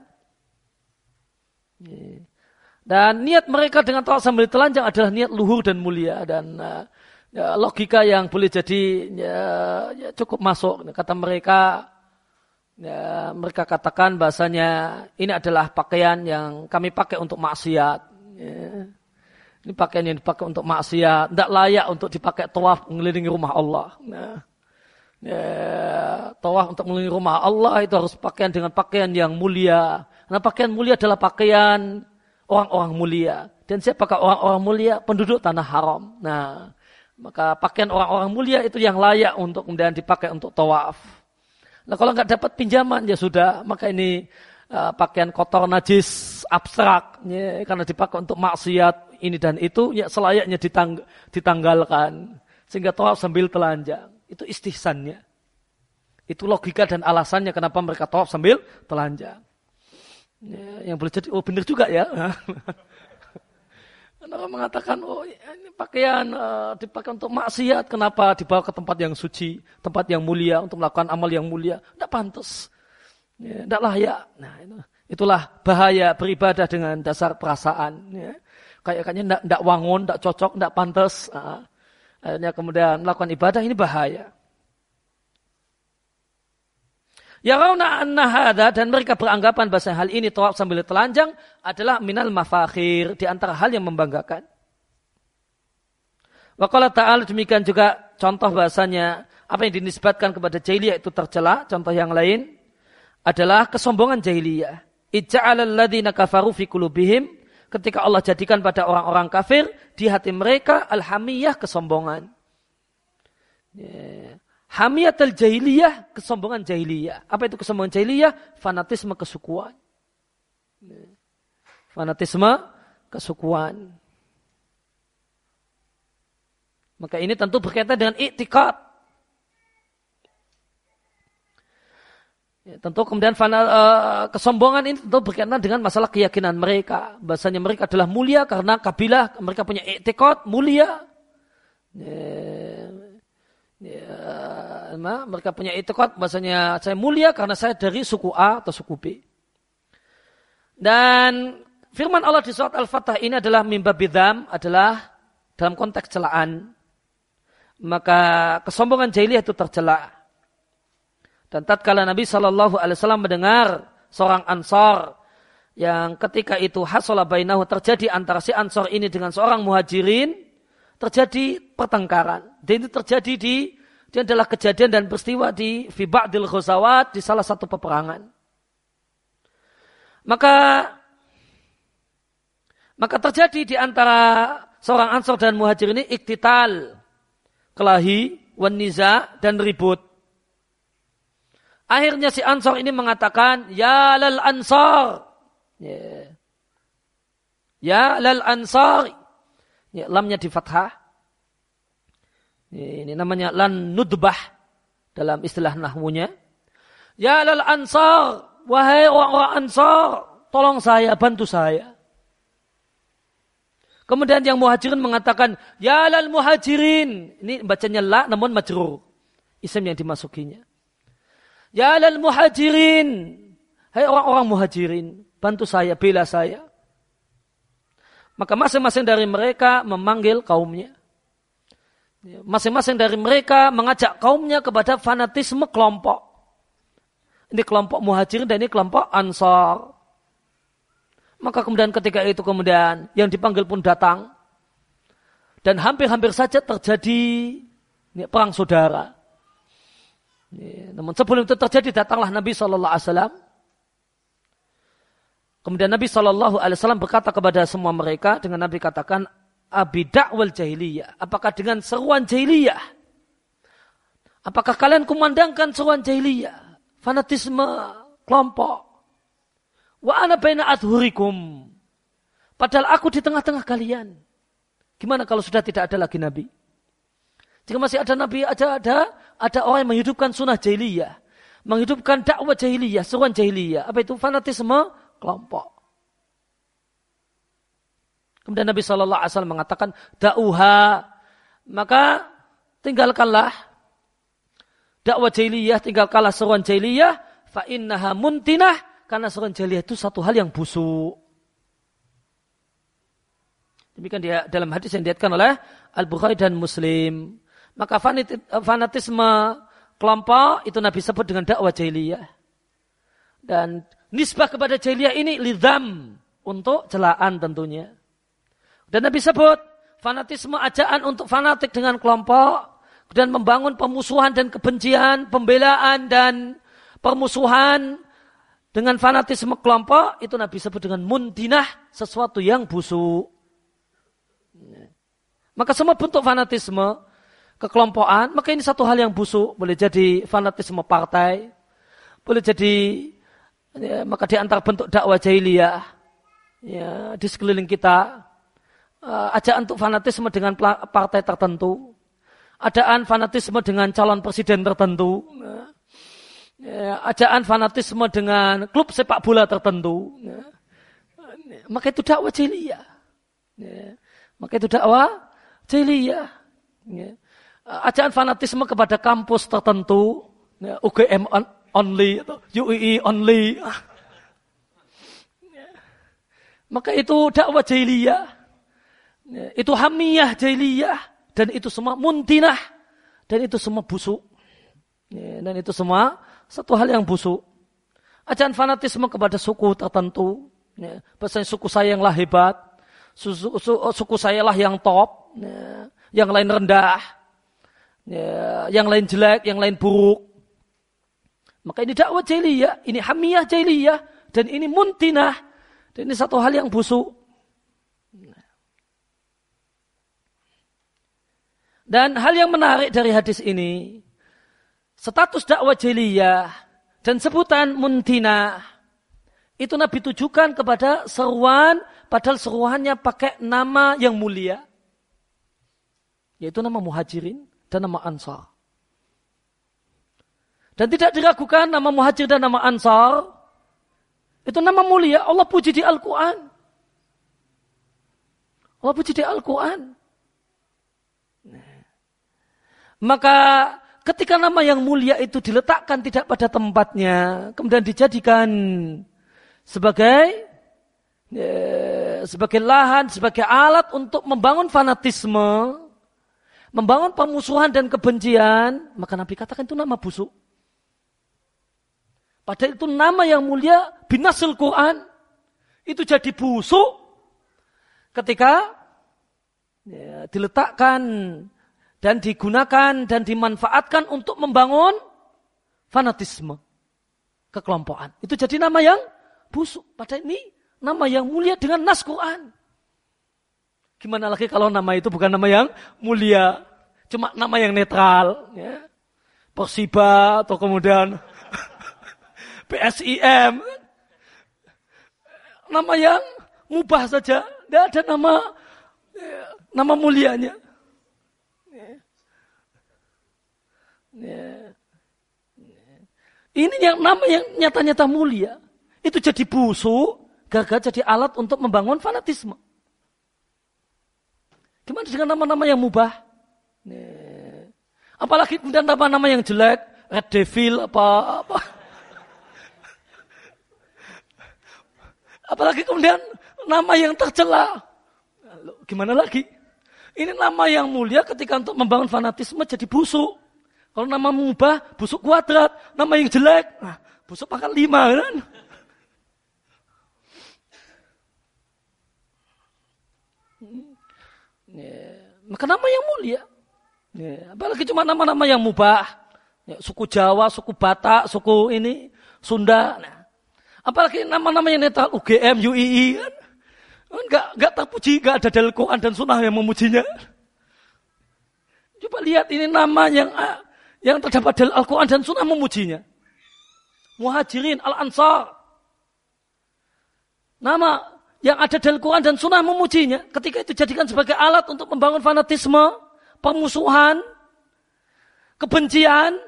S1: Ya. Dan niat mereka dengan tawaf sambil telanjang adalah niat luhur dan mulia. Dan uh, ya, logika yang boleh jadi ya, ya cukup masuk. Kata mereka, ya, mereka katakan bahasanya ini adalah pakaian yang kami pakai untuk maksiat. Ya. Ini pakaian yang dipakai untuk maksiat. Tidak layak untuk dipakai tawaf mengelilingi rumah Allah. Nah, ya, tawaf untuk mengelilingi rumah Allah itu harus pakaian dengan pakaian yang mulia. Nah, pakaian mulia adalah pakaian orang-orang mulia. Dan siapakah orang-orang mulia? Penduduk tanah haram. Nah, maka pakaian orang-orang mulia itu yang layak untuk kemudian dipakai untuk tawaf. Nah, kalau nggak dapat pinjaman ya sudah, maka ini uh, pakaian kotor najis abstrak, ya, karena dipakai untuk maksiat ini dan itu, ya selayaknya ditang- ditanggalkan. Sehingga tawaf sambil telanjang. Itu istihsannya. Itu logika dan alasannya kenapa mereka tawaf sambil telanjang. Ya, yang boleh jadi, oh benar juga ya. Kenapa mengatakan, oh ini pakaian uh, dipakai untuk maksiat, kenapa dibawa ke tempat yang suci, tempat yang mulia, untuk melakukan amal yang mulia. Tidak pantas. Ya, tidak layak. Nah, itu, itulah bahaya beribadah dengan dasar perasaan. Ya. Kayak-kayaknya tidak wangun, tidak cocok, tidak pantas. Nah, akhirnya kemudian melakukan ibadah, ini bahaya. Ya rauna anna hadza, dan mereka beranggapan bahasa hal ini tawaf sambil telanjang adalah minal mafakhir, di antara hal yang membanggakan. Wa qala ta'ala, demikian juga contoh bahasanya apa yang dinisbatkan kepada jahiliyah itu tercela. Contoh yang lain adalah kesombongan jahiliyah. Ij'alal ladzina kafaru fi qulubihim, ketika Allah jadikan pada orang-orang kafir di hati mereka alhamiyah, kesombongan. Yeah. Hamiyatul jahiliyah, kesombongan jahiliyah. Apa itu kesombongan jahiliyah? Fanatisme kesukuan. Fanatisme kesukuan. Maka ini tentu berkaitan dengan i'tikad. Ya, tentu kemudian fana, uh, kesombongan ini tentu berkaitan dengan masalah keyakinan mereka. Bahasanya mereka adalah mulia karena kabilah, mereka punya i'tiqad mulia. Ya, ya, nah, mereka punya i'tiqad bahasanya saya mulia karena saya dari suku A atau suku B. Dan firman Allah di surat Al-Fatah ini adalah mimba bidham, adalah dalam konteks celaan. Maka kesombongan jahiliyah itu tercela. Dan tatkala Nabi shallallahu alaihi wasallam mendengar seorang Ansor yang ketika itu hasala bainahu, terjadi antara si Ansor ini dengan seorang Muhajirin, terjadi pertengkaran. Dan itu terjadi di, ini adalah kejadian dan peristiwa di fi ba'dil ghazawat, di salah satu peperangan. Maka maka terjadi di antara seorang Ansor dan Muhajirin ini iktital, kelahi, wan niza, dan ribut. Akhirnya si Ansor ini mengatakan, ya lal Ansar. Ya, ya lal Ansar. Ya, lamnya di fathah. Ya, ini namanya lan nudbah dalam istilah nahwunya. Ya lal Ansar. Wahai orang-orang Ansar, tolong saya, bantu saya. Kemudian yang Muhajirin mengatakan, ya lal Muhajirin. Ini bacanya la namun majrur. Isim yang dimasukinya. Ya lal Muhajirin. Hai orang-orang Muhajirin, bantu saya, bela saya. Maka masing-masing dari mereka memanggil kaumnya. Masing-masing dari mereka mengajak kaumnya kepada fanatisme kelompok. Ini kelompok Muhajirin dan ini kelompok Ansar. Maka kemudian ketika itu kemudian yang dipanggil pun datang. Dan hampir-hampir saja terjadi ini, perang saudara. Ya, namun sebelum itu terjadi datanglah Nabi shallallahu alaihi wasallam. Kemudian Nabi shallallahu alaihi wasallam berkata kepada semua mereka dengan Nabi katakan abi da'wal jahiliyah. Apakah dengan seruan jahiliyah? Apakah kalian kumandangkan seruan jahiliyah? Fanatisme kelompok. Wa ana baina adhurikum. Padahal aku di tengah-tengah kalian. Gimana kalau sudah tidak ada lagi Nabi? Jika masih ada Nabi, ada ada ada orang yang menghidupkan sunnah jahiliyah, menghidupkan dakwah jahiliyah, seruan jahiliyah. Apa itu? Fanatisme kelompok. Kemudian Nabi shallallahu alaihi wasallam mengatakan, da'uha, maka tinggalkanlah dakwah jahiliyah, tinggalkanlah seruan jahiliyah, fa innaha muntinah, karena seruan jahiliyah itu satu hal yang busuk. Demikian dia dalam hadis yang diriwayatkan oleh Al-Bukhari dan Muslim. Maka fanatisme kelompok itu Nabi sebut dengan dakwah jahiliyah. Dan nisbah kepada jahiliyah ini lidham, untuk celaan tentunya. Dan Nabi sebut fanatisme ajaan untuk fanatik dengan kelompok dan membangun pemusuhan dan kebencian, pembelaan dan permusuhan dengan fanatisme kelompok itu Nabi sebut dengan muntinah, sesuatu yang busuk. Maka semua bentuk fanatisme kekelompokan, maka ini satu hal yang busuk. Boleh jadi fanatisme partai, boleh jadi ya, maka di antara bentuk dakwah jahiliyah ya, di sekeliling kita, uh, ajaan untuk fanatisme dengan partai tertentu, ajaan fanatisme dengan calon presiden tertentu, ya, ajaan fanatisme dengan klub sepak bola tertentu, ya, maka itu dakwah jahiliyah. Ya, maka itu dakwah jahiliyah. Ya. Ajaan fanatisme kepada kampus tertentu, ya, U G M only atau U I I only, ya. Maka itu dakwah jahiliyah, ya, itu hamiyah jahiliyah, dan itu semua muntinah, dan itu semua busuk, ya, dan itu semua satu hal yang busuk. Ajaan fanatisme kepada suku tertentu, ya, bahasanya suku saya yang lah hebat, suku, suku, suku saya lah yang top, ya, yang lain rendah, ya, yang lain jelek, yang lain buruk. Maka ini dakwah jahiliyah, ini hamiyah jahiliyah, dan ini muntinah, dan ini satu hal yang busuk. Dan hal yang menarik dari hadis ini, status dakwah jahiliyah dan sebutan muntinah, itu Nabi tujukan kepada seruan, padahal seruannya pakai nama yang mulia, yaitu nama Muhajirin dan nama Ansar. Dan tidak diragukan nama Muhajir dan nama Ansar. Itu nama mulia. Allah puji di Al-Quran. Allah puji di Al-Quran. Maka ketika nama yang mulia itu diletakkan tidak pada tempatnya, kemudian dijadikan sebagai ya, sebagai lahan, sebagai alat untuk membangun fanatisme, membangun permusuhan dan kebencian, maka Nabi katakan itu nama busuk. Padahal itu nama yang mulia binasil Quran. Itu jadi busuk ketika ya, diletakkan dan digunakan dan dimanfaatkan untuk membangun fanatisme, kekelompokan. Itu jadi nama yang busuk. Padahal ini nama yang mulia dengan nas Quran. Gimana lagi kalau nama itu bukan nama yang mulia, cuma nama yang netral, ya. Persiba atau kemudian P S I M, nama yang mubah saja, tidak ada nama ya, nama mulianya. Ya. Ini yang nama yang nyata-nyata mulia itu jadi busuk, gagal jadi alat untuk membangun fanatisme. Gimana dengan nama-nama yang mubah? Ya. Apalagi kemudian nama-nama yang jelek, Red Devil apa apa. Apalagi kemudian nama yang tercela. Gimana lagi? Ini nama yang mulia ketika untuk membangun fanatisme jadi busuk. Kalau nama mubah, busuk kuadrat. Nama yang jelek, nah, busuk pangkat lima. Kan? Ya, maka nama yang mulia. Ya, apalagi cuma nama-nama yang mubah. Ya, suku Jawa, suku Batak, suku ini, Sunda. Nah, apalagi nama-nama yang netral, U G M, U I I. Kan? Enggak, enggak terpuji, enggak ada dalil Quran dan Sunnah yang memujinya. Coba lihat ini nama yang yang terdapat dalam Al-Quran dan Sunnah memujinya. Muhajirin, Al-Ansar. Nama yang ada dalam Al-Quran dan Sunnah memujinya. Ketika itu dijadikan sebagai alat untuk membangun fanatisme, permusuhan, kebencian,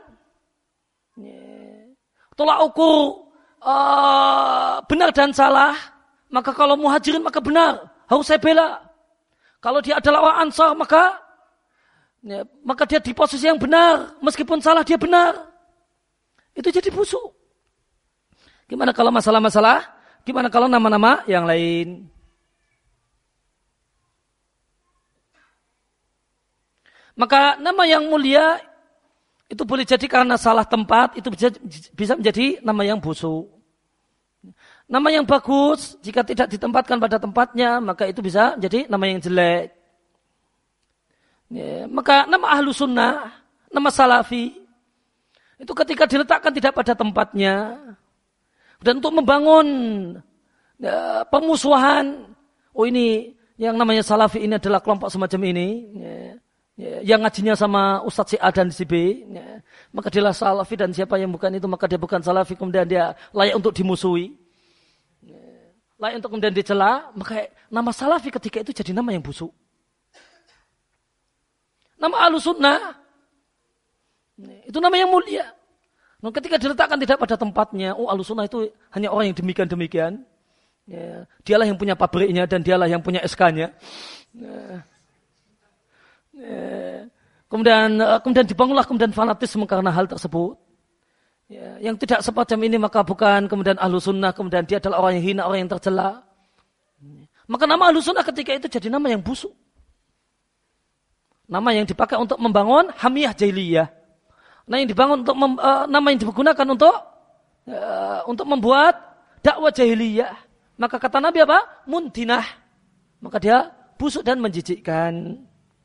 S1: tolak ukur uh, benar dan salah. Maka kalau Muhajirin maka benar, harus saya bela. Kalau dia adalah orang Ansar maka ya, maka dia di posisi yang benar, meskipun salah dia benar. Itu jadi busuk. Gimana kalau masalah-masalah? Gimana kalau nama-nama yang lain? Maka nama yang mulia itu boleh jadi karena salah tempat, itu bisa, bisa menjadi nama yang busuk. Nama yang bagus, jika tidak ditempatkan pada tempatnya, maka itu bisa menjadi nama yang jelek. Ya, maka nama ahlu sunnah, nama salafi, itu ketika diletakkan tidak pada tempatnya, dan untuk membangun ya, pemusuhan, oh ini yang namanya salafi ini adalah kelompok semacam ini, ya, ya, yang ngajinya sama Ustadz si A dan si B, ya, maka dialah salafi dan siapa yang bukan itu maka dia bukan salafi, kemudian dia layak untuk dimusuhi, ya, layak untuk kemudian dicela, maka nama salafi ketika itu jadi nama yang busuk. Nama Ahlussunnah itu nama yang mulia. Nah, ketika diletakkan tidak pada tempatnya, oh Ahlussunnah itu hanya orang yang demikian-demikian. Ya, dialah yang punya pabriknya dan dialah yang punya S K-nya. Ya, ya, kemudian kemudian dibangunlah kemudian fanatisme karena hal tersebut. Ya, yang tidak semacam ini maka bukan kemudian Ahlussunnah, kemudian dia adalah orang yang hina, orang yang tercela. Maka nama Ahlussunnah ketika itu jadi nama yang busuk. Nama yang dipakai untuk membangun hamiyah jahiliyah. Nama yang dibangun untuk mem, uh, nama yang digunakan untuk uh, untuk membuat dakwah jahiliyah. Maka kata Nabi apa? Muntinah. Maka dia busuk dan menjijikkan.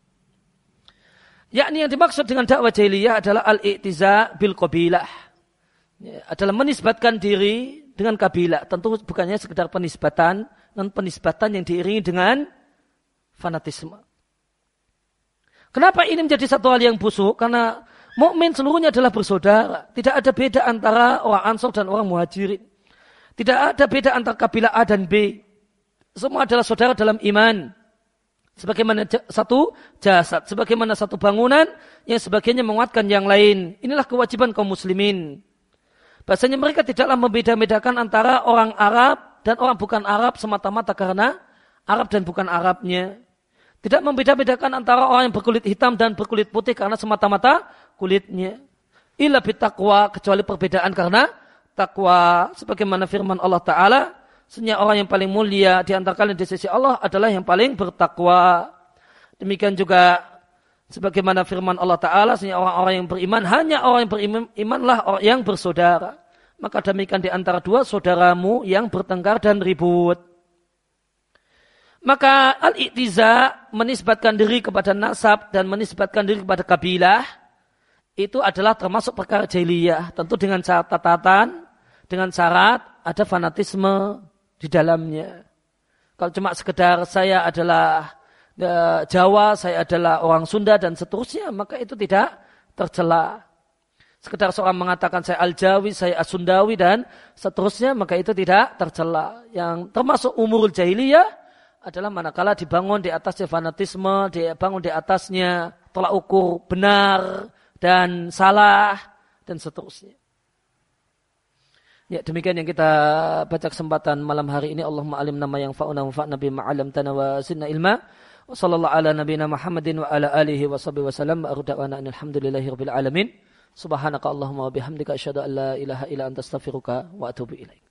S1: Yakni yang dimaksud dengan dakwah jahiliyah adalah al-i'tiza bil qabilah. Ya, adalah menisbatkan diri dengan kabilah. Tentu bukannya sekedar penisbatan, dan penisbatan yang diiringi dengan fanatisme. Kenapa ini menjadi satu hal yang busuk? Karena mukmin seluruhnya adalah bersaudara. Tidak ada beda antara orang Ansor dan orang Muhajirin. Tidak ada beda antara kabilah A dan B. Semua adalah saudara dalam iman. Sebagaimana satu jasad, sebagaimana satu bangunan yang sebagiannya menguatkan yang lain. Inilah kewajiban kaum muslimin. Bahasanya mereka tidaklah membeda-bedakan antara orang Arab dan orang bukan Arab semata-mata karena Arab dan bukan Arabnya. Tidak membeda-bedakan antara orang yang berkulit hitam dan berkulit putih karena semata-mata kulitnya. Illa bitaqwa, kecuali perbedaan karena takwa. Sebagaimana firman Allah Ta'ala, sesungguhnya orang yang paling mulia di antara kalian di sisi Allah adalah yang paling bertakwa. Demikian juga sebagaimana firman Allah Ta'ala, sesungguhnya orang-orang yang beriman, hanya orang yang beriman imanlah orang yang bersaudara. Maka demikian di antara dua saudaramu yang bertengkar dan ribut. Maka al-i'tiza menisbatkan diri kepada nasab dan menisbatkan diri kepada kabilah itu adalah termasuk perkara jahiliyah. Tentu dengan catatan, dengan syarat ada fanatisme di dalamnya. Kalau cuma sekedar saya adalah e, Jawa, saya adalah orang Sunda dan seterusnya, maka itu tidak tercela. Sekedar seorang mengatakan saya Al-Jawi, saya As-Sundawi dan seterusnya, maka itu tidak tercela. Yang termasuk umurul jahiliyah adalah manakala dibangun di atasnya fanatisme, dibangun di atasnya tolak ukur benar dan salah dan seterusnya. Ya, demikian yang kita baca kesempatan malam hari ini. Allahumma alimna ma yanfa'una wa fa'na bima 'allamtana wa zidna ilma. Wa sallallahu ala nabiyyina Muhammadin wa ala alihi wa sahbihi wa sallam. Wa arda'ana alhamdulillahirabbil alamin. Subhanaka Allahumma wa bihamdika asyhadu an la ilaha illa anta astaghfiruka wa atubu ilaik.